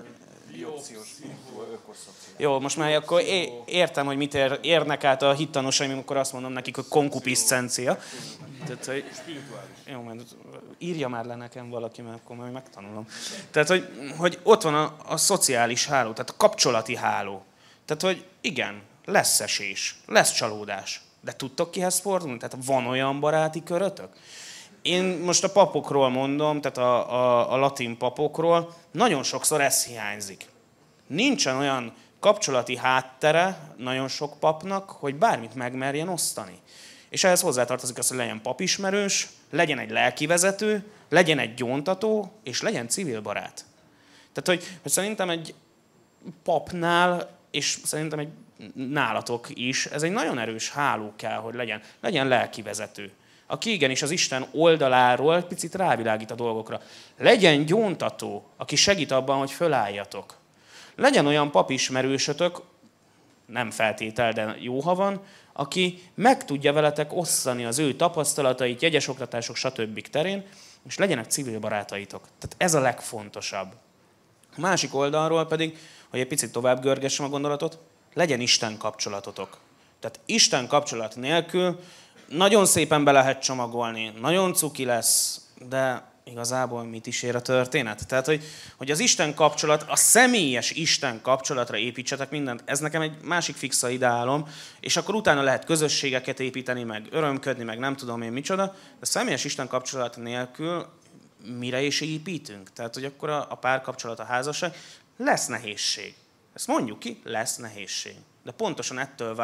Jó, most már akkor értem, hogy mit érnek át a hittanosaim, amikor azt mondom nekik, hogy konkupiszcencia. Tehát, hogy... Jó, majd írja már le nekem valaki, mert akkor majd megtanulom. Tehát, hogy ott van a szociális háló, tehát a kapcsolati háló. Tehát, hogy igen, lesz esés, lesz csalódás, de tudtok kihez fordulni? Tehát van olyan baráti körötök? Én most a papokról mondom, tehát a latin papokról, nagyon sokszor ez hiányzik. Nincsen olyan kapcsolati háttere nagyon sok papnak, hogy bármit megmerjen osztani. És ehhez hozzátartozik az, hogy legyen papismerős, legyen egy lelkivezető, legyen egy gyóntató, és legyen civil barát. Tehát, hogy szerintem egy papnál, és szerintem egy nálatok is, ez egy nagyon erős háló kell, hogy legyen. Legyen lelkivezető, aki igenis az Isten oldaláról picit rávilágít a dolgokra. Legyen gyóntató, aki segít abban, hogy fölálljatok. Legyen olyan papismerősötök, nem feltétel, de jó, ha van, aki meg tudja veletek osztani az ő tapasztalatait, jegyes oktatások, stb. Terén, és legyenek civil barátaitok. Tehát ez a legfontosabb. A másik oldalról pedig, hogy egy picit tovább görgessem a gondolatot, legyen Isten kapcsolatotok. Tehát Isten kapcsolat nélkül nagyon szépen be lehet csomagolni, nagyon cuki lesz, de igazából mit is ér a történet? Tehát, hogy az Isten kapcsolat, a személyes Isten kapcsolatra építsetek mindent, ez nekem egy másik fixa ideálom, és akkor utána lehet közösségeket építeni, meg örömködni, meg nem tudom én micsoda, de a személyes Isten kapcsolat nélkül mire is építünk? Tehát, hogy akkor a párkapcsolat, a házasság, lesz nehézség. Ezt mondjuk ki, lesz nehézség. De pontosan ettől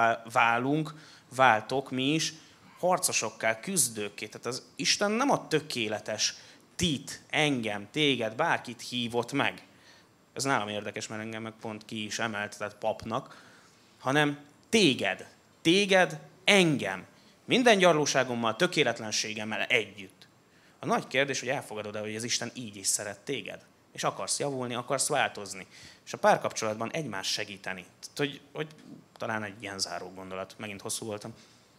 váltok mi is harcosokká, küzdőkké. Tehát az Isten nem a tökéletes engem, téged, bárkit hívott meg. Ez nálam érdekes, mert engem meg pont ki is emelt, tehát papnak, hanem téged, engem. Minden gyarlóságommal, tökéletlenségemmel együtt. A nagy kérdés, hogy elfogadod-e, hogy az Isten így is szeret téged, és akarsz javulni, akarsz változni. És a párkapcsolatban egymást segíteni. Tehát, hogy talán egy ilyen záró gondolat. Megint hosszú voltam.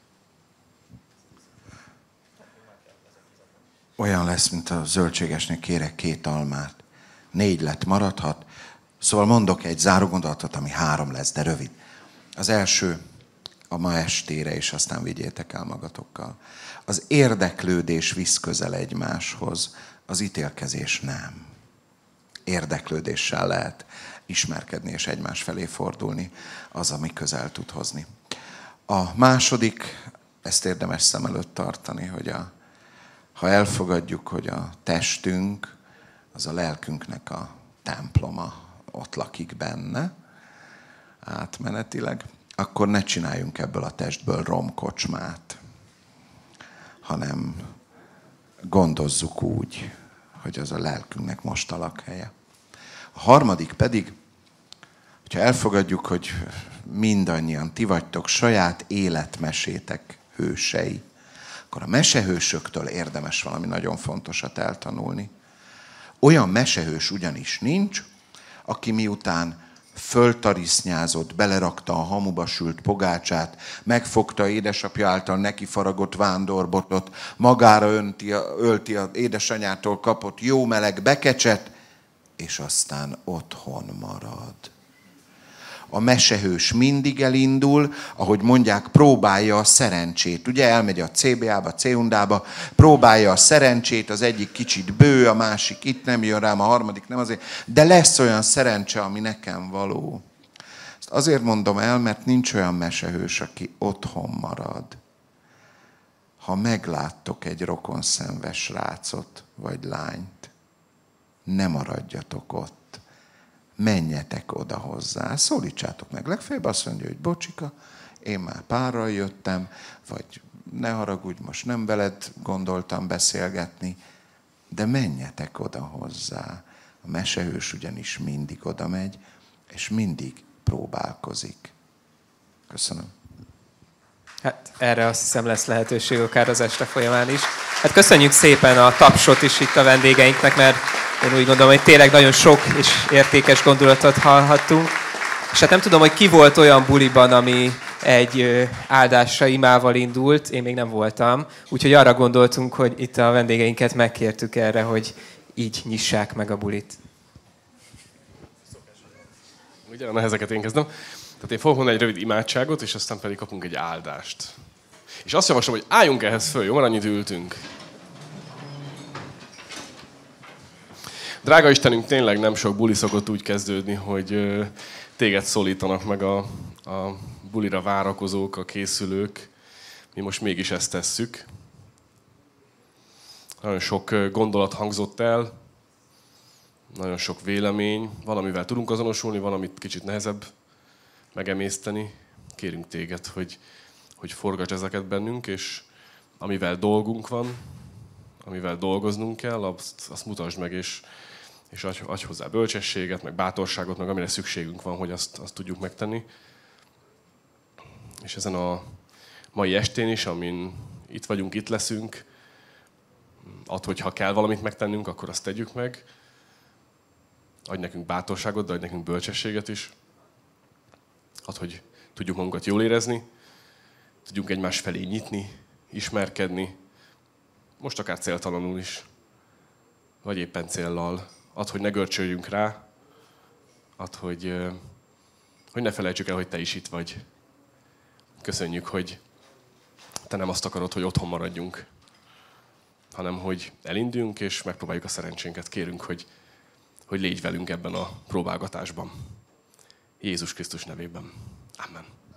Olyan lesz, mint a zöldségesnél kérek 2 almát. 4 lett, maradhat. Szóval mondok egy záró gondolatot, ami 3 lesz, de rövid. Az első, a ma estére, és aztán vigyétek el magatokkal. Az érdeklődés visz közel egymáshoz, az ítélkezés nem. Érdeklődéssel lehet ismerkedni és egymás felé fordulni, az, ami közel tud hozni. A második, ezt érdemes szem előtt tartani, hogy ha elfogadjuk, hogy a testünk, az a lelkünknek a temploma, ott lakik benne, átmenetileg, akkor ne csináljunk ebből a testből romkocsmát, hanem gondozzuk úgy, hogy az a lelkünknek most a lakhelye. A harmadik pedig, hogyha elfogadjuk, hogy mindannyian ti vagytok saját életmesétek hősei, akkor a mesehősöktől érdemes valami nagyon fontosat eltanulni. Olyan mesehős ugyanis nincs, aki miután föltarisznyázott, belerakta a hamuba sült pogácsát, megfogta édesapja által neki faragott vándorbotot, magára ölti az édesanyától kapott jó meleg bekecset, és aztán otthon marad. A mesehős mindig elindul, ahogy mondják, próbálja a szerencsét. Ugye elmegy a CBA-ba, C-hundába, próbálja a szerencsét, az egyik kicsit bő, a másik itt nem jön rám, a harmadik nem azért. De lesz olyan szerencse, ami nekem való. Ezt azért mondom el, mert nincs olyan mesehős, aki otthon marad. Ha megláttok egy rokonszenves srácot vagy lányt, ne maradjatok ott. Menjetek oda hozzá, szólítsátok meg. Legfeljebb azt mondja, hogy bocsika, én már párral jöttem, vagy ne haragudj, most nem veled gondoltam beszélgetni, de menjetek oda hozzá. A mesehős ugyanis mindig oda megy, és mindig próbálkozik. Köszönöm. Hát erre azt hiszem lesz lehetőség akár az este folyamán is. Hát köszönjük szépen a tapsot is itt a vendégeinknek, mert én úgy gondolom, hogy tényleg nagyon sok és értékes gondolatot hallhattunk. És hát nem tudom, hogy ki volt olyan buliban, ami egy áldásra imával indult, én még nem voltam. Úgyhogy arra gondoltunk, hogy itt a vendégeinket megkértük erre, hogy így nyissák meg a bulit. Ugye a nehezeket én kezdem. Tehát én fogok mondani egy rövid imádságot, és aztán pedig kapunk egy áldást. És azt javaslom, hogy álljunk ehhez föl, jó? Mert annyit ültünk. Drága Istenünk, tényleg nem sok buli szokott úgy kezdődni, hogy téged szólítanak meg a bulira várakozók, a készülők. Mi most mégis ezt tesszük. Nagyon sok gondolat hangzott el, nagyon sok vélemény, valamivel tudunk azonosulni, valamit kicsit nehezebb megemészteni. Kérünk téged, hogy forgass ezeket bennünk, és amivel dolgunk van, amivel dolgoznunk kell, azt mutasd meg, és adj hozzá bölcsességet, meg bátorságot, meg amire szükségünk van, hogy azt tudjuk megtenni. És ezen a mai estén is, amin itt vagyunk, itt leszünk, hogyha kell valamit megtennünk, akkor azt tegyük meg. Adj nekünk bátorságot, de adj nekünk bölcsességet is. Hogy tudjuk magunkat jól érezni, tudjunk egymás felé nyitni, ismerkedni, most akár céltalanul is, vagy éppen céllal. Hogy ne görcsöljünk rá, hogy ne felejtsük el, hogy te is itt vagy. Köszönjük, hogy te nem azt akarod, hogy otthon maradjunk, hanem hogy elinduljunk és megpróbáljuk a szerencsénket. Kérünk, hogy légy velünk ebben a próbálgatásban. Jézus Krisztus nevében. Amen.